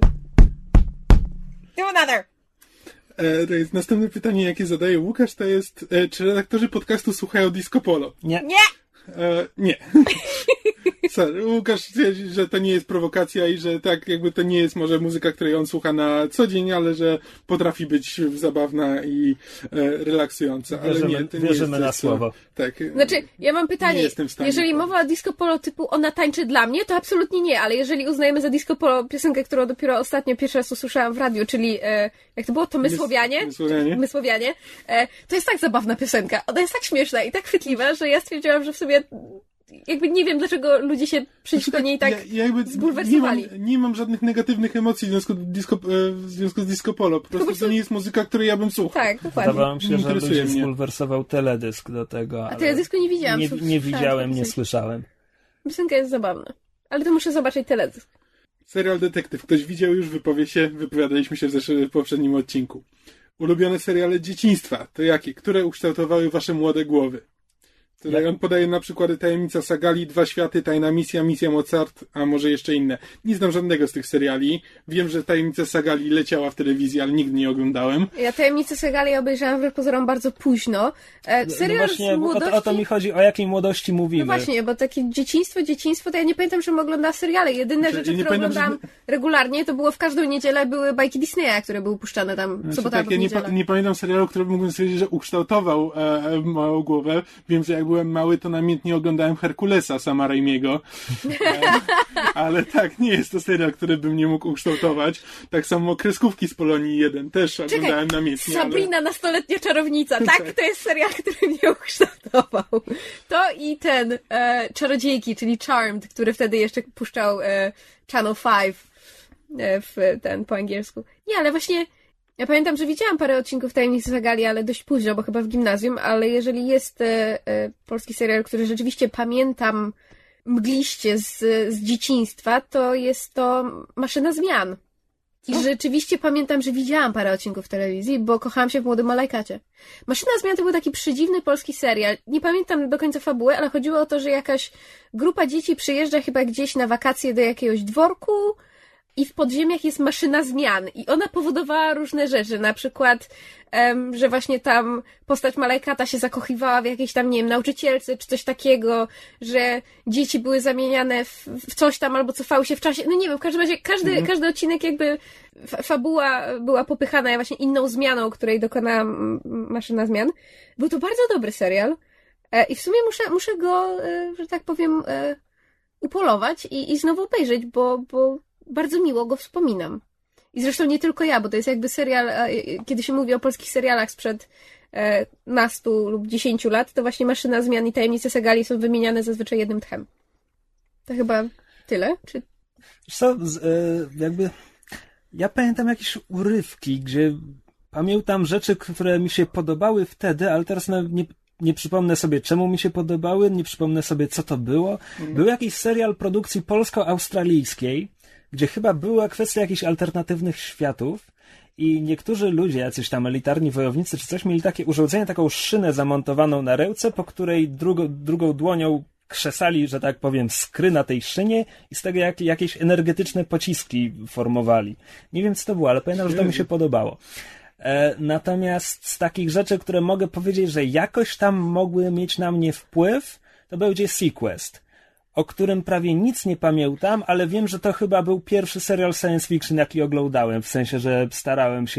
Do another! To jest następne pytanie, jakie zadaje Łukasz, to jest, czy redaktorzy podcastu słuchają Disco Polo? Nie. Nie. Sorry, Łukasz twierdzi, że to nie jest prowokacja i że tak jakby to nie jest może muzyka, której on słucha na co dzień, ale że potrafi być zabawna i relaksująca. Wierzymy na słowo. Tak. Znaczy, ja mam pytanie. Jeżeli mowa o disco polo typu ona tańczy dla mnie, to absolutnie nie, ale jeżeli uznajemy za disco polo piosenkę, którą dopiero ostatnio pierwszy raz usłyszałam w radiu, czyli jak to było? To Mysłowianie. To jest tak zabawna piosenka. Ona jest tak śmieszna i tak chwytliwa, że ja stwierdziłam, że w sobie jakby nie wiem, dlaczego ludzie się przeciwko niej tak zbulwersowali. Nie mam żadnych negatywnych emocji w związku z disco polo. Po prostu to nie jest muzyka, której ja bym słuchał. Tak, dokładnie. Wydawało mi się, że ludzi zbulwersował teledysk do tego. A teledysku nie widziałam. Nie widziałem, nie słyszałem. Piosenka jest zabawna. Ale to muszę zobaczyć teledysk. Serial Detektyw. Ktoś widział już, wypowiadaliśmy się w poprzednim odcinku. Ulubione seriale dzieciństwa. To jakie? Które ukształtowały wasze młode głowy? Tutaj on podaje na przykłady Tajemnica Sagali, Dwa Światy, Tajna Misja, Misja Mozart, a może jeszcze inne. Nie znam żadnego z tych seriali. Wiem, że Tajemnica Sagali leciała w telewizji, ale nigdy nie oglądałem. Ja Tajemnicę Sagali obejrzałam wbrew pozorom bardzo późno. Serial właśnie, z młodości... o to mi chodzi, o jakiej młodości mówimy. No właśnie, bo takie dzieciństwo, to ja nie pamiętam, żebym oglądała seriale. Jedyne rzeczy, które oglądałam regularnie, to było w każdą niedzielę były bajki Disneya, które były puszczane tam w sobotę albo w niedzielę. Nie pamiętam serialu, który mógłbym stwierdzić, że ukształtował moją głowę. Wiem, że jak byłem mały, to namiętnie oglądałem Herkulesa Sama Raimiego. Ale tak, nie jest to serial, który bym nie mógł ukształtować. Tak samo Kreskówki z Polonii 1 też oglądałem namiętnie. Sabrina, nastoletnia czarownica. Tak, to jest serial, który mnie ukształtował. To i ten Czarodziejki, czyli Charmed, który wtedy jeszcze puszczał Channel 5 po angielsku. Nie, ale właśnie ja pamiętam, że widziałam parę odcinków Tajemnicy Sagali, ale dość późno, bo chyba w gimnazjum, ale jeżeli jest polski serial, który rzeczywiście pamiętam mgliście z dzieciństwa, to jest to Maszyna Zmian. I rzeczywiście pamiętam, że widziałam parę odcinków w telewizji, bo kochałam się w Młodym Malajkacie. Maszyna Zmian to był taki przedziwny polski serial. Nie pamiętam do końca fabuły, ale chodziło o to, że jakaś grupa dzieci przyjeżdża chyba gdzieś na wakacje do jakiegoś dworku i w podziemiach jest maszyna zmian i ona powodowała różne rzeczy, na przykład, że właśnie tam postać Malekata się zakochiwała w jakiejś tam, nie wiem, nauczycielce czy coś takiego, że dzieci były zamieniane w coś tam albo cofały się w czasie, no nie wiem, w każdym razie każdy odcinek jakby fabuła była popychana właśnie inną zmianą, której dokonała maszyna zmian. Był to bardzo dobry serial i w sumie muszę go, że tak powiem, upolować i znowu obejrzeć, bo bardzo miło go wspominam. I zresztą nie tylko ja, bo to jest jakby serial, kiedy się mówi o polskich serialach sprzed nastu lub 10 lat, to właśnie Maszyna Zmian i Tajemnice Segali są wymieniane zazwyczaj jednym tchem. To chyba tyle? Czy... Co, jakby ja pamiętam jakieś urywki, gdzie pamiętam rzeczy, które mi się podobały wtedy, ale teraz nie przypomnę sobie, czemu mi się podobały, nie przypomnę sobie, co to było. Był jakiś serial produkcji polsko-australijskiej, gdzie chyba była kwestia jakichś alternatywnych światów i niektórzy ludzie, jacyś tam elitarni wojownicy czy coś, mieli takie urządzenie, taką szynę zamontowaną na ręce, po której drugą dłonią krzesali, że tak powiem, skry na tej szynie i z tego jakieś energetyczne pociski formowali. Nie wiem, co to było, ale pamiętam, że to mi się podobało. Natomiast z takich rzeczy, które mogę powiedzieć, że jakoś tam mogły mieć na mnie wpływ, to będzie Sequest, o którym prawie nic nie pamiętam, ale wiem, że to chyba był pierwszy serial science fiction, jaki oglądałem, w sensie, że starałem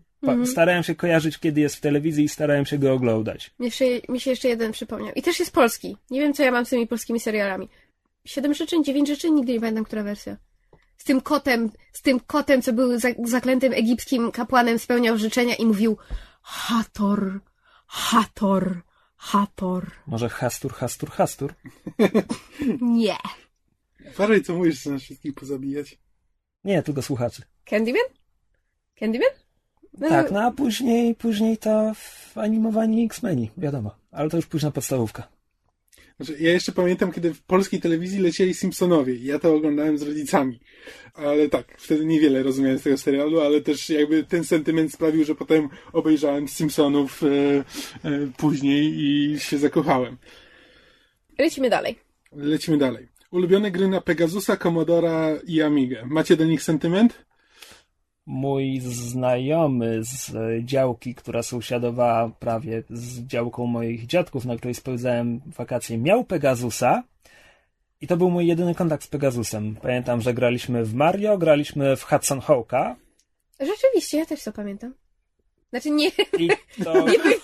się kojarzyć, kiedy jest w telewizji i starałem się go oglądać. Mi się jeszcze jeden przypomniał. I też jest polski. Nie wiem, co ja mam z tymi polskimi serialami. 7 życzeń, 9 życzeń, nigdy nie pamiętam, która wersja. Z tym kotem, co był zaklętym egipskim kapłanem, spełniał życzenia i mówił Hathor, Hathor, Hathor. Może Hastur, Hastur, Hastur? Nie. Uważaj, co mówisz, że nas wszystkich pozabijać. Nie, tylko słuchaczy. Candyman? Candyman? No, tak, no a później to animowani X-Meni, wiadomo. Ale to już późna podstawówka. Znaczy, ja jeszcze pamiętam, kiedy w polskiej telewizji lecieli Simpsonowie i ja to oglądałem z rodzicami. Ale tak, wtedy niewiele rozumiałem z tego serialu, ale też jakby ten sentyment sprawił, że potem obejrzałem Simpsonów później i się zakochałem. Lecimy dalej. Ulubione gry na Pegasusa, Commodora i Amigę. Macie do nich sentyment? Mój znajomy z działki, która sąsiadowała prawie z działką moich dziadków, na której spędzałem wakacje, miał Pegasusa i to był mój jedyny kontakt z Pegasusem. Pamiętam, że graliśmy w Mario, graliśmy w Hudson Hawka. Rzeczywiście, ja też to pamiętam. Znaczy nie... I to...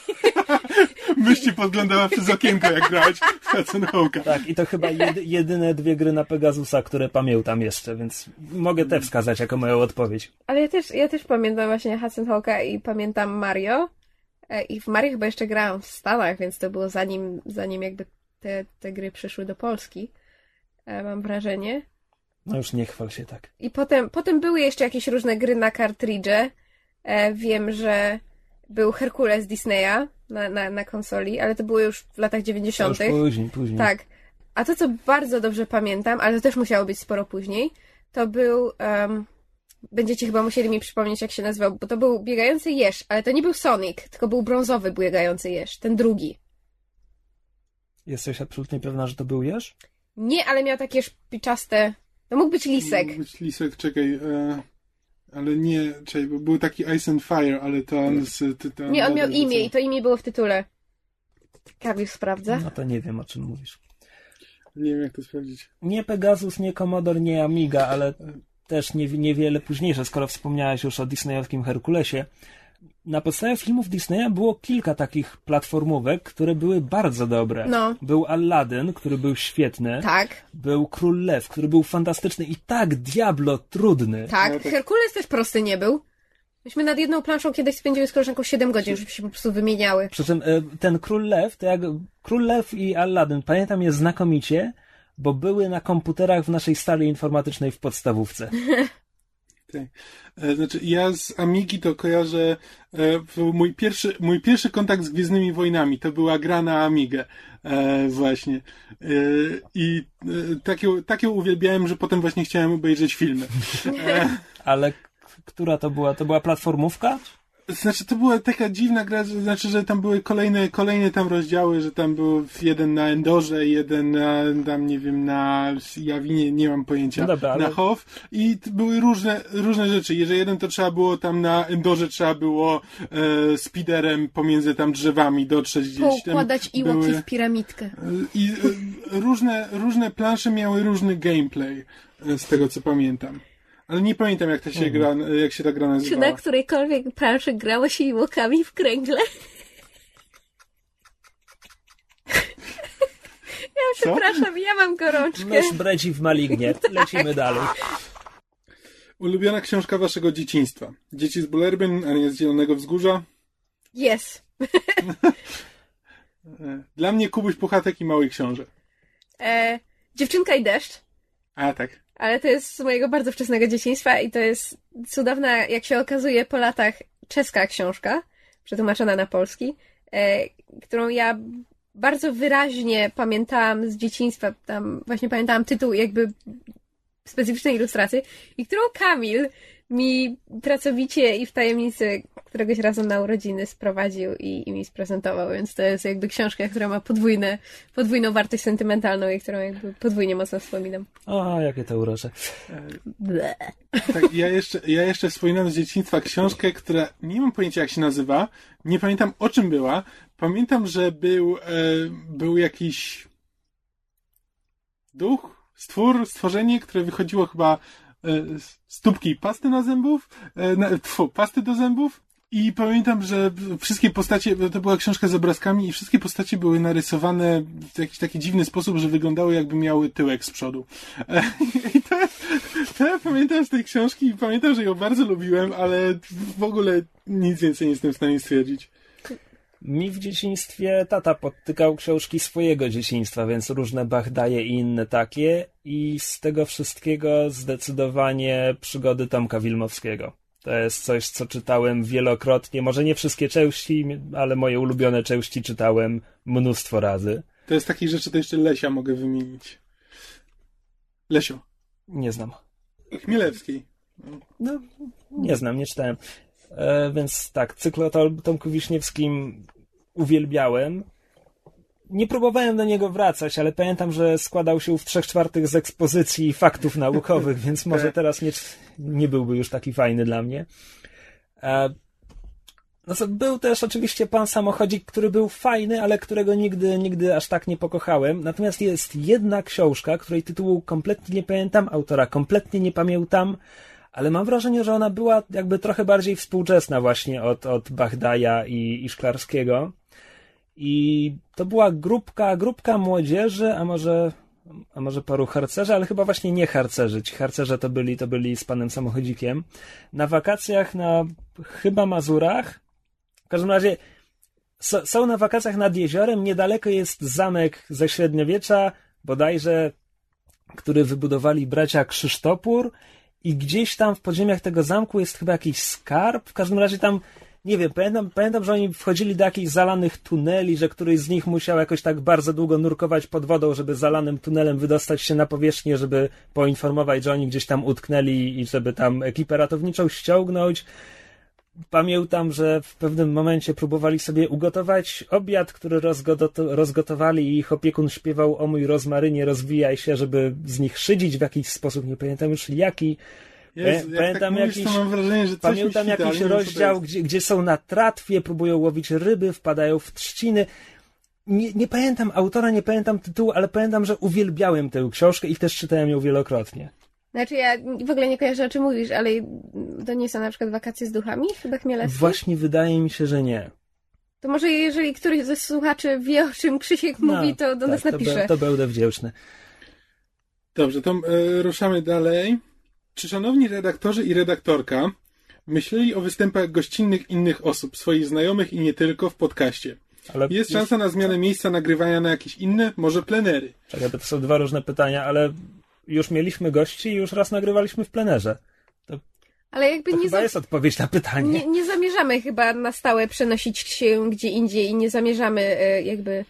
Myście podglądała przez okienko, jak grałeś w Hudson Hawka. Tak, i to chyba jedyne 2 gry na Pegasusa, które pamiętam jeszcze, więc mogę te wskazać jako moją odpowiedź. Ale ja też pamiętam właśnie Hudson Hawka i pamiętam Mario. I w Mario chyba jeszcze grałam w Stanach, więc to było zanim jakby te gry przyszły do Polski. Mam wrażenie. No już nie chwal się tak. I potem były jeszcze jakieś różne gry na kartridże. Wiem, że był Herkules Disneya na konsoli, ale to było już w latach 90. To już później. Tak. A to, co bardzo dobrze pamiętam, ale to też musiało być sporo później, to był... będziecie chyba musieli mi przypomnieć, jak się nazywał, bo to był biegający jeż, ale to nie był Sonic, tylko był brązowy biegający jeż, ten drugi. Jesteś absolutnie pewna, że to był jeż? Nie, ale miał takie szpiczaste... To mógł być lisek. Mógł być lisek, czekaj... Ale nie, czekaj, bo był taki Ice and Fire, ale to on... Nie, on miał imię i to imię było w tytule. Kawiusz sprawdza? No to nie wiem, o czym mówisz. Nie wiem, jak to sprawdzić. Nie Pegasus, nie Commodore, nie Amiga, ale też niewiele późniejsze, skoro wspomniałeś już o disneyowskim Herkulesie. Na podstawie filmów Disneya było kilka takich platformówek, które były bardzo dobre. No. Był Aladdin, który był świetny. Tak. Był Król Lew, który był fantastyczny i tak diablo trudny. Tak, No tak. Herkules też prosty nie był. Myśmy nad jedną planszą kiedyś spędziły z koleżanką 7 godzin, żeby się po prostu wymieniały. Przy czym ten Król Lew, to jak Król Lew i Aladdin, pamiętam je znakomicie, bo były na komputerach w naszej sali informatycznej w podstawówce. Tak. Znaczy, ja z Amigi to kojarzę mój pierwszy kontakt z Gwiezdnymi Wojnami. To była gra na Amigę właśnie. I takie uwielbiałem, że potem właśnie chciałem obejrzeć filmy. Ale która to była? To była platformówka? Znaczy, to była taka dziwna gra, że tam były kolejne tam rozdziały, że tam był jeden na Endorze, jeden na, tam nie wiem, na Jawinie, nie mam pojęcia, no dobra, na Hof i były różne rzeczy. Jeżeli jeden to trzeba było tam na Endorze, trzeba było speederem pomiędzy tam drzewami dotrzeć gdzieś. Poukładać iłoki w piramidkę. I różne plansze miały różny gameplay, z tego co pamiętam. Ale nie pamiętam, jak się ta gra nazywała. Czy na którejkolwiek planszy grało się iłokami w kręgle? Ja przepraszam, ja mam gorączkę. Mysz bredzi w malignie. Lecimy dalej. Ulubiona książka waszego dzieciństwa. Dzieci z Bullerbyn, a nie z Zielonego Wzgórza? Yes. Dla mnie Kubuś Puchatek i Mały Książę. Dziewczynka i deszcz. A, tak. Ale to jest z mojego bardzo wczesnego dzieciństwa i to jest cudowna, jak się okazuje po latach, czeska książka, przetłumaczona na polski, którą ja bardzo wyraźnie pamiętałam z dzieciństwa. Tam właśnie pamiętałam tytuł jakby specyficznej ilustracji i którą Kamil mi pracowicie i w tajemnicy któregoś razu na urodziny sprowadził i mi sprezentował, więc to jest jakby książka, która ma podwójną wartość sentymentalną i którą jakby podwójnie mocno wspominam. O, jakie to urocze. Tak, ja jeszcze wspominam z dzieciństwa książkę, która nie mam pojęcia jak się nazywa, nie pamiętam o czym była. Pamiętam, że był jakiś duch, stworzenie, które wychodziło chyba z tubki pasty pasty do zębów i pamiętam, że wszystkie postacie, to była książka z obrazkami i wszystkie postacie były narysowane w jakiś taki dziwny sposób, że wyglądały jakby miały tyłek z przodu. I to ja pamiętam z tej książki i pamiętam, że ją bardzo lubiłem, ale w ogóle nic więcej nie jestem w stanie stwierdzić. Mi w dzieciństwie tata podtykał książki swojego dzieciństwa, więc różne Bachdaje i inne takie i z tego wszystkiego zdecydowanie Przygody Tomka Wilmowskiego. To jest coś, co czytałem wielokrotnie, może nie wszystkie części, ale moje ulubione części czytałem mnóstwo razy. To jest takich rzeczy, to jeszcze Lesia mogę wymienić. Lesio. Nie znam. Chmielewskiej. No, nie znam, nie czytałem. Więc tak, cykl o Tomku Wiśniewskim uwielbiałem. Nie próbowałem do niego wracać, ale pamiętam, że składał się w 3/4 z ekspozycji faktów naukowych, więc może teraz nie byłby już taki fajny dla mnie. No to był też oczywiście Pan Samochodzik, który był fajny, ale którego nigdy aż tak nie pokochałem. Natomiast jest jedna książka, której tytułu kompletnie nie pamiętam, autora kompletnie nie pamiętam, ale mam wrażenie, że ona była jakby trochę bardziej współczesna właśnie od Bachdaja i Szklarskiego. I to była grupka młodzieży, a może paru harcerzy, ale chyba właśnie nie harcerzy. Ci harcerze to byli z Panem Samochodzikiem. Na wakacjach na chyba Mazurach. W każdym razie są na wakacjach nad jeziorem. Niedaleko jest zamek ze średniowiecza, bodajże, który wybudowali bracia Krzysztopór. I gdzieś tam w podziemiach tego zamku jest chyba jakiś skarb. W każdym razie tam, nie wiem, pamiętam, że oni wchodzili do jakichś zalanych tuneli, że któryś z nich musiał jakoś tak bardzo długo nurkować pod wodą, żeby zalanym tunelem wydostać się na powierzchnię, żeby poinformować, że oni gdzieś tam utknęli i żeby tam ekipę ratowniczą ściągnąć. Pamiętam, że w pewnym momencie próbowali sobie ugotować obiad, który rozgotowali i ich opiekun śpiewał o mój rozmarynie, rozwijaj się, żeby z nich szydzić w jakiś sposób. Nie pamiętam już jaki. Pamiętam jakiś rozdział, gdzie są na tratwie, próbują łowić ryby, wpadają w trzciny. Nie pamiętam autora, nie pamiętam tytułu, ale pamiętam, że uwielbiałem tę książkę i też czytałem ją wielokrotnie. Znaczy ja w ogóle nie kojarzę, o czym mówisz, ale to nie są na przykład Wakacje z duchami? Chyba Chmielewski? Właśnie wydaje mi się, że nie. To może jeżeli któryś ze słuchaczy wie, o czym Krzysiek mówi, to do nas napisze. To będę wdzięczny. Dobrze, to ruszamy dalej. Czy szanowni redaktorzy i redaktorka myśleli o występach gościnnych innych osób, swoich znajomych i nie tylko w podcaście? Jest szansa na zmianę miejsca nagrywania na jakieś inne, może plenery? Czekaj, to są dwa różne pytania, ale już mieliśmy gości i już raz nagrywaliśmy w plenerze. Ale jakby to chyba jest odpowiedź na pytanie. Nie zamierzamy chyba na stałe przenosić się gdzie indziej i nie zamierzamy jakby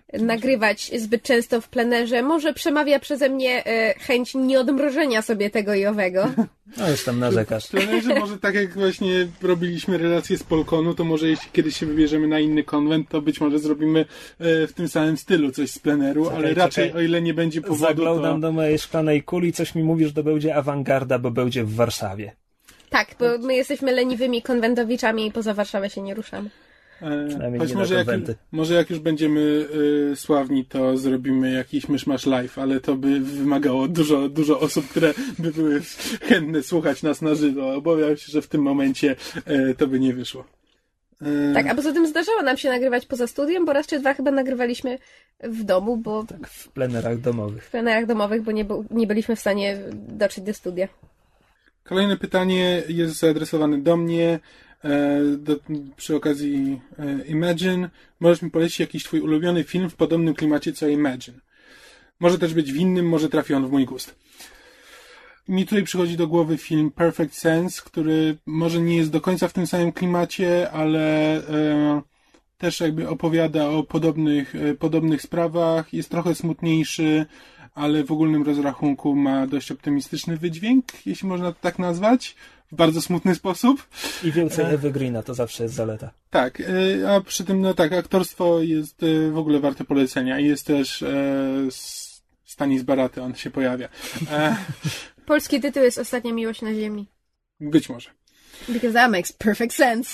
nagrywać zbyt często w plenerze. Może przemawia przeze mnie chęć nieodmrożenia sobie tego i owego. No już tam narzekasz. W plenerze może tak jak właśnie robiliśmy relacje z Polkonu, to może jeśli kiedyś się wybierzemy na inny konwent, to być może zrobimy w tym samym stylu coś z pleneru, ale raczej o ile nie będzie powodu, zaglądam do mojej szklanej kuli, coś mi mówisz, że będzie awangarda, bo będzie w Warszawie. Tak, bo my jesteśmy leniwymi konwentowiczami i poza Warszawę się nie ruszamy. Choć może jak już będziemy sławni, to zrobimy jakiś myszmasz live, ale to by wymagało dużo osób, które by były chętne słuchać nas na żywo. Obawiam się, że w tym momencie to by nie wyszło. Tak, a poza tym zdarzało nam się nagrywać poza studiem, bo raz czy dwa chyba nagrywaliśmy w domu, bo... Tak, w plenerach domowych. W plenerach domowych, bo nie byliśmy w stanie dotrzeć do studia. Kolejne pytanie jest zaadresowane do mnie. Przy okazji Imagine. Możesz mi polecić jakiś twój ulubiony film w podobnym klimacie co Imagine? Może też być w innym, może trafi on w mój gust. Mi tutaj przychodzi do głowy film Perfect Sense, który może nie jest do końca w tym samym klimacie, ale też jakby opowiada o podobnych sprawach. Jest trochę smutniejszy, ale w ogólnym rozrachunku ma dość optymistyczny wydźwięk, jeśli można to tak nazwać. W bardzo smutny sposób. I więcej Ewy Greena, to zawsze jest zaleta. Tak, a przy tym, no tak, aktorstwo jest w ogóle warte polecenia. I jest też Stanis Baraty, on się pojawia. Polski tytuł jest Ostatnia miłość na ziemi. Być może. Because that makes perfect sense.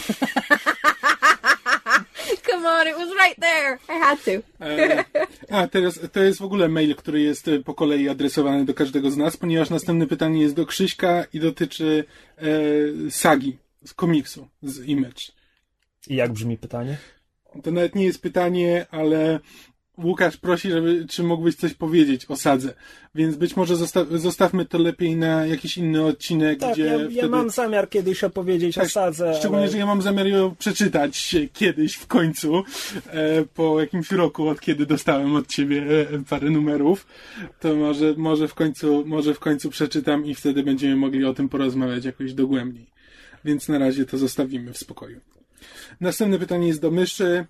Come on, it was right there. I had to. Teraz to jest w ogóle mail, który jest po kolei adresowany do każdego z nas, ponieważ następne pytanie jest do Krzyśka i dotyczy sagi z komiksu, z Image. I jak brzmi pytanie? To nawet nie jest pytanie, ale Łukasz prosi, czy mógłbyś coś powiedzieć o sadze. Więc być może zostawmy to lepiej na jakiś inny odcinek, tak, gdzie ja mam zamiar kiedyś opowiedzieć o sadze. Szczególnie, że ja mam zamiar ją przeczytać kiedyś w końcu, po jakimś roku, od kiedy dostałem od ciebie parę numerów. To może w końcu przeczytam i wtedy będziemy mogli o tym porozmawiać jakoś dogłębniej. Więc na razie to zostawimy w spokoju. Następne pytanie jest do myszy.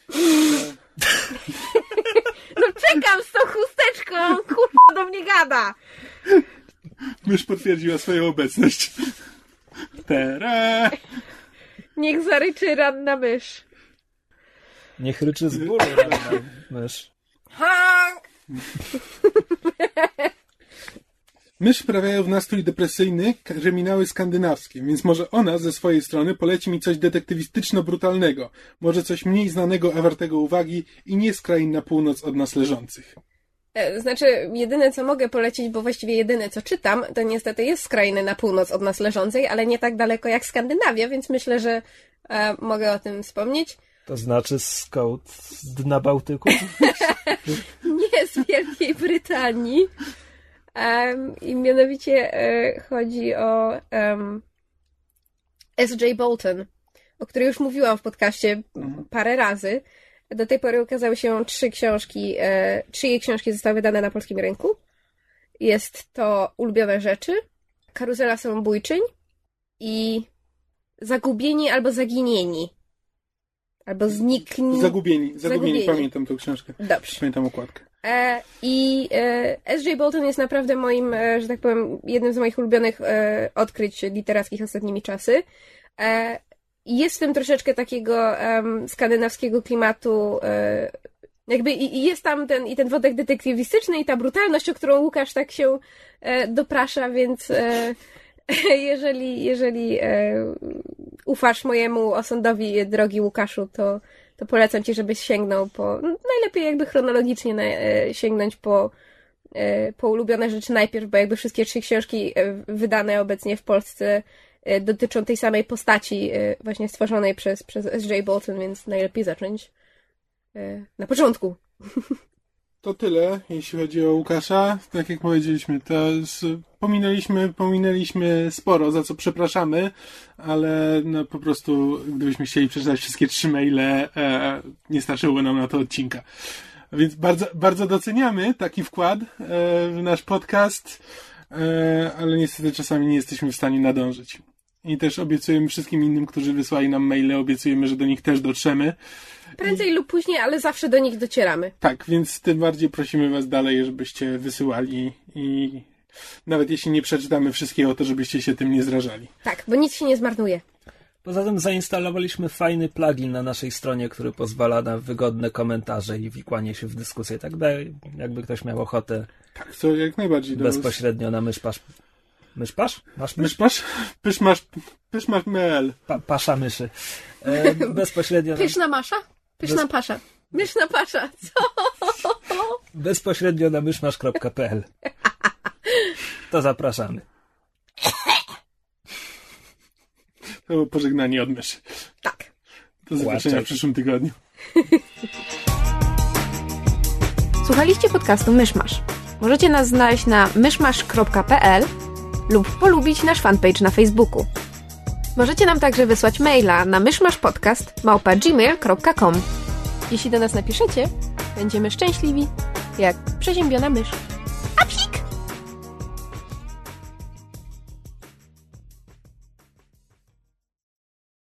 No czekam z tą chusteczką, kurwa do mnie gada. Mysz potwierdziła swoją obecność. Niech zaryczy ranna mysz. Niech ryczy z góry ranna mysz. Mysz wprawiają w nastrój depresyjny kryminały skandynawskie, więc może ona ze swojej strony poleci mi coś detektywistyczno-brutalnego, może coś mniej znanego, a wartego uwagi i nie z krain na północ od nas leżących. Znaczy, jedyne co mogę polecić, bo właściwie jedyne co czytam, to niestety jest z krainy na północ od nas leżącej, ale nie tak daleko jak Skandynawia, więc myślę, że mogę o tym wspomnieć. To znaczy skąd? Z dna Bałtyku? Nie, z Wielkiej Brytanii. I mianowicie chodzi o S.J. Bolton, o której już mówiłam w podcaście parę razy. Do tej pory ukazały się 3 książki. 3 jej książki zostały wydane na polskim rynku. Jest to Ulubione rzeczy, Karuzela samobójczyń i Zagubieni albo Zaginieni. Albo Zagubieni. Pamiętam tą książkę. Dobrze. Pamiętam okładkę. S.J. Bolton jest naprawdę moim, że tak powiem, jednym z moich ulubionych odkryć literackich ostatnimi czasy. Jest w tym troszeczkę takiego skandynawskiego klimatu, jakby jest tam ten wątek detektywistyczny i ta brutalność, o którą Łukasz tak się doprasza, więc jeżeli ufasz mojemu osądowi, drogi Łukaszu, to polecam ci, żebyś sięgnął najlepiej jakby chronologicznie sięgnąć po Ulubione rzeczy najpierw, bo jakby wszystkie 3 książki wydane obecnie w Polsce dotyczą tej samej postaci właśnie stworzonej przez S.J. Bolton, więc najlepiej zacząć na początku. To tyle, jeśli chodzi o Łukasza. Tak jak powiedzieliśmy, to pominęliśmy sporo, za co przepraszamy, ale no po prostu gdybyśmy chcieli przeczytać wszystkie 3 maile, nie starczyłoby nam na to odcinka. Więc bardzo, bardzo doceniamy taki wkład w nasz podcast, ale niestety czasami nie jesteśmy w stanie nadążyć. I też obiecujemy wszystkim innym, którzy wysłali nam maile, obiecujemy, że do nich też dotrzemy. Prędzej lub później, ale zawsze do nich docieramy. Tak, więc tym bardziej prosimy was dalej, żebyście wysyłali i nawet jeśli nie przeczytamy wszystkiego, to żebyście się tym nie zrażali. Tak, bo nic się nie zmarnuje. Poza tym zainstalowaliśmy fajny plugin na naszej stronie, który pozwala na wygodne komentarze i wikłanie się w dyskusję. Tak jakby ktoś miał ochotę. Tak, to jak najbardziej. Bezpośrednio na myszpasz. Myszpasz? Masz mysz? Myszpasz? Pyszmasz.ml. Pasza myszy. Bezpośrednio. Pyszna masza? Pyszna pasza. Myszna pasza. Co? Bezpośrednio na myszmasz.pl. To zapraszamy. To było pożegnanie od myszy. Tak. Do zobaczenia w przyszłym tygodniu. Słuchaliście podcastu Myszmasz. Możecie nas znaleźć na myszmasz.pl lub polubić nasz fanpage na Facebooku. Możecie nam także wysłać maila na myszmaszpodcast@gmail.com. Jeśli do nas napiszecie, będziemy szczęśliwi jak przeziębiona mysz.